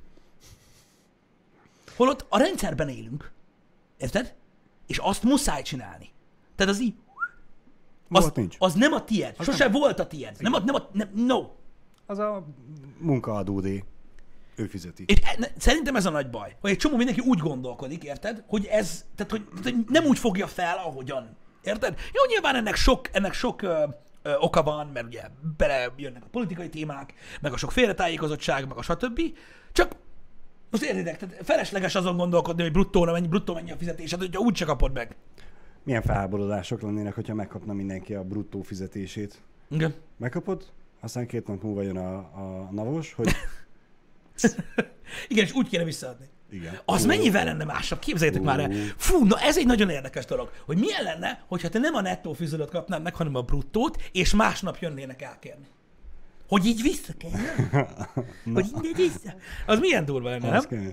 Holott a rendszerben élünk. Érted? És azt muszáj csinálni. Tehát az így... Az nem a tied. Sose volt a tied. No. Az a munkaadódé. Ő fizeti. És szerintem ez a nagy baj, hogy egy csomó mindenki úgy gondolkodik, érted? Hogy ez, tehát hogy nem úgy fogja fel, ahogyan. Érted? Jó, nyilván ennek sok oka van, mert ugye belejönnek a politikai témák, meg a sok félretájékozottság, meg a stb. Csak most értitek, tehát felesleges azon gondolkodni, hogy bruttó mennyi a fizetésed, hogyha úgyse kapod meg. Milyen felháborodások lennének, hogyha megkapna mindenki a bruttó fizetését. Igen. Megkapod, aztán 2 nap múlva jön a navos, hogy... Igen, és úgy kéne visszaadni. Igen. Az mennyivel lenne másabb? Képzeljétek már el. Fú, na ez egy nagyon érdekes dolog, hogy milyen lenne, hogyha te nem a nettó fizetőt kapnád meg, hanem a bruttót, és másnap jönnének elkérni. Hogy így vissza kell. Hogy így vissza. Az milyen durva lenne, nem? Kell.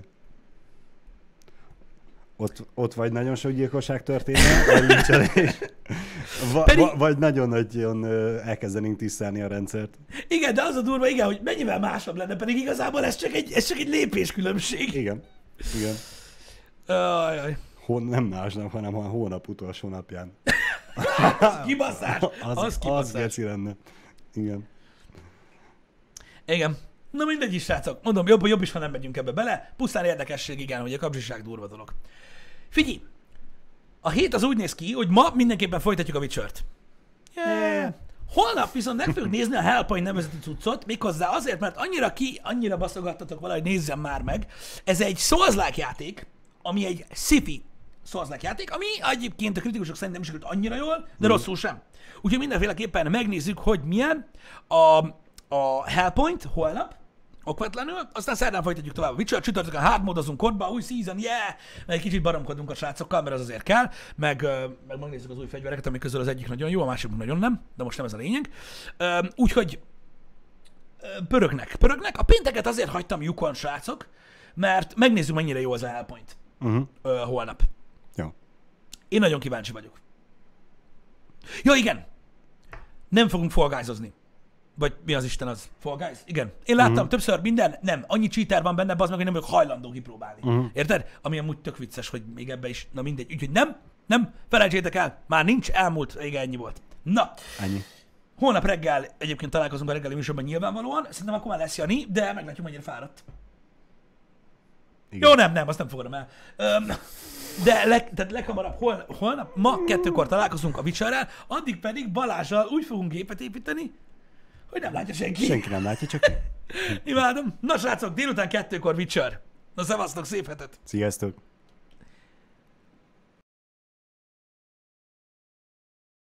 Ott vagy nagyon sok gyilkosság történne, vagy nincselés. Vagy nagyon elkezdenénk tisztelni a rendszert. Igen, de az a durva, igen, hogy mennyivel másabb lenne, pedig igazából ez csak egy lépéskülönbség. Igen. Ajaj. Nem másnap, hanem a hónap utolsó napján. Kibasszás. Az kibasszás. Az geci lenne. Igen. Igen. Na mindegy is, srácok. Mondom, jobb is, ha nem megyünk ebbe bele. Pusztán érdekesség, igen, hogy a kapzsiság durva dolog. Figyelj! A hét az úgy néz ki, hogy ma mindenképpen folytatjuk a Witcher-t. Yeah. Holnap viszont meg fogjuk nézni a Hellpoint nevezeti cuccot, méghozzá azért, mert annyira baszogattatok valahogy nézzem már meg. Ez egy Souls-like játék, ami egy sci-fi Souls-like játék, ami egyébként a kritikusok szerint nem sikerült annyira jól, de rosszul sem. Úgyhogy mindenféleképpen megnézzük, hogy milyen a Hellpoint holnap, okvetlenül, aztán szerdán folytatjuk tovább a Witcher, csütörtökön hardmodozunk kodba, új season, yeah! Meg egy kicsit baromkodunk a srácokkal, mert az azért kell, meg megnézzük az új fegyvereket, amik közül az egyik nagyon jó, a másik nagyon nem, de most nem ez a lényeg. Úgyhogy pörögnek. A pénteket azért hagytam lyukon, srácok, mert megnézzük, mennyire jó az a Hellpoint holnap. Jó. Én nagyon kíváncsi vagyok. Ja, igen! Nem fogunk Fall Guys-ozni. Vagy mi az Isten az? Fall Guys? Igen. Én láttam többször nem. Annyi cheater van benne, bazd meg, hogy nem vagyok hajlandó kipróbálni. Érted? Ami amúgy tök vicces, hogy még ebbe is, na mindegy. Úgyhogy nem, felejtsétek el, már nincs, elmúlt, igen, ennyi volt. Na. Ennyi. Holnap reggel egyébként találkozunk a reggeli műsorban nyilvánvalóan, szerintem akkor már lesz Jani, de meglátjuk, mennyire fáradt. Igen. Jó, nem, azt nem fogadom el. Tehát leghamarabb holnap, ma 2-kor találkozunk a Witcherrel, addig pedig Balázsral úgy fogunk gépet építeni, hogy nem látja senki. Senki nem látja, csak... Imádom. Na srácok, délután 2-kor Witcher. Na szevasztok, szép hetet! Sziasztok!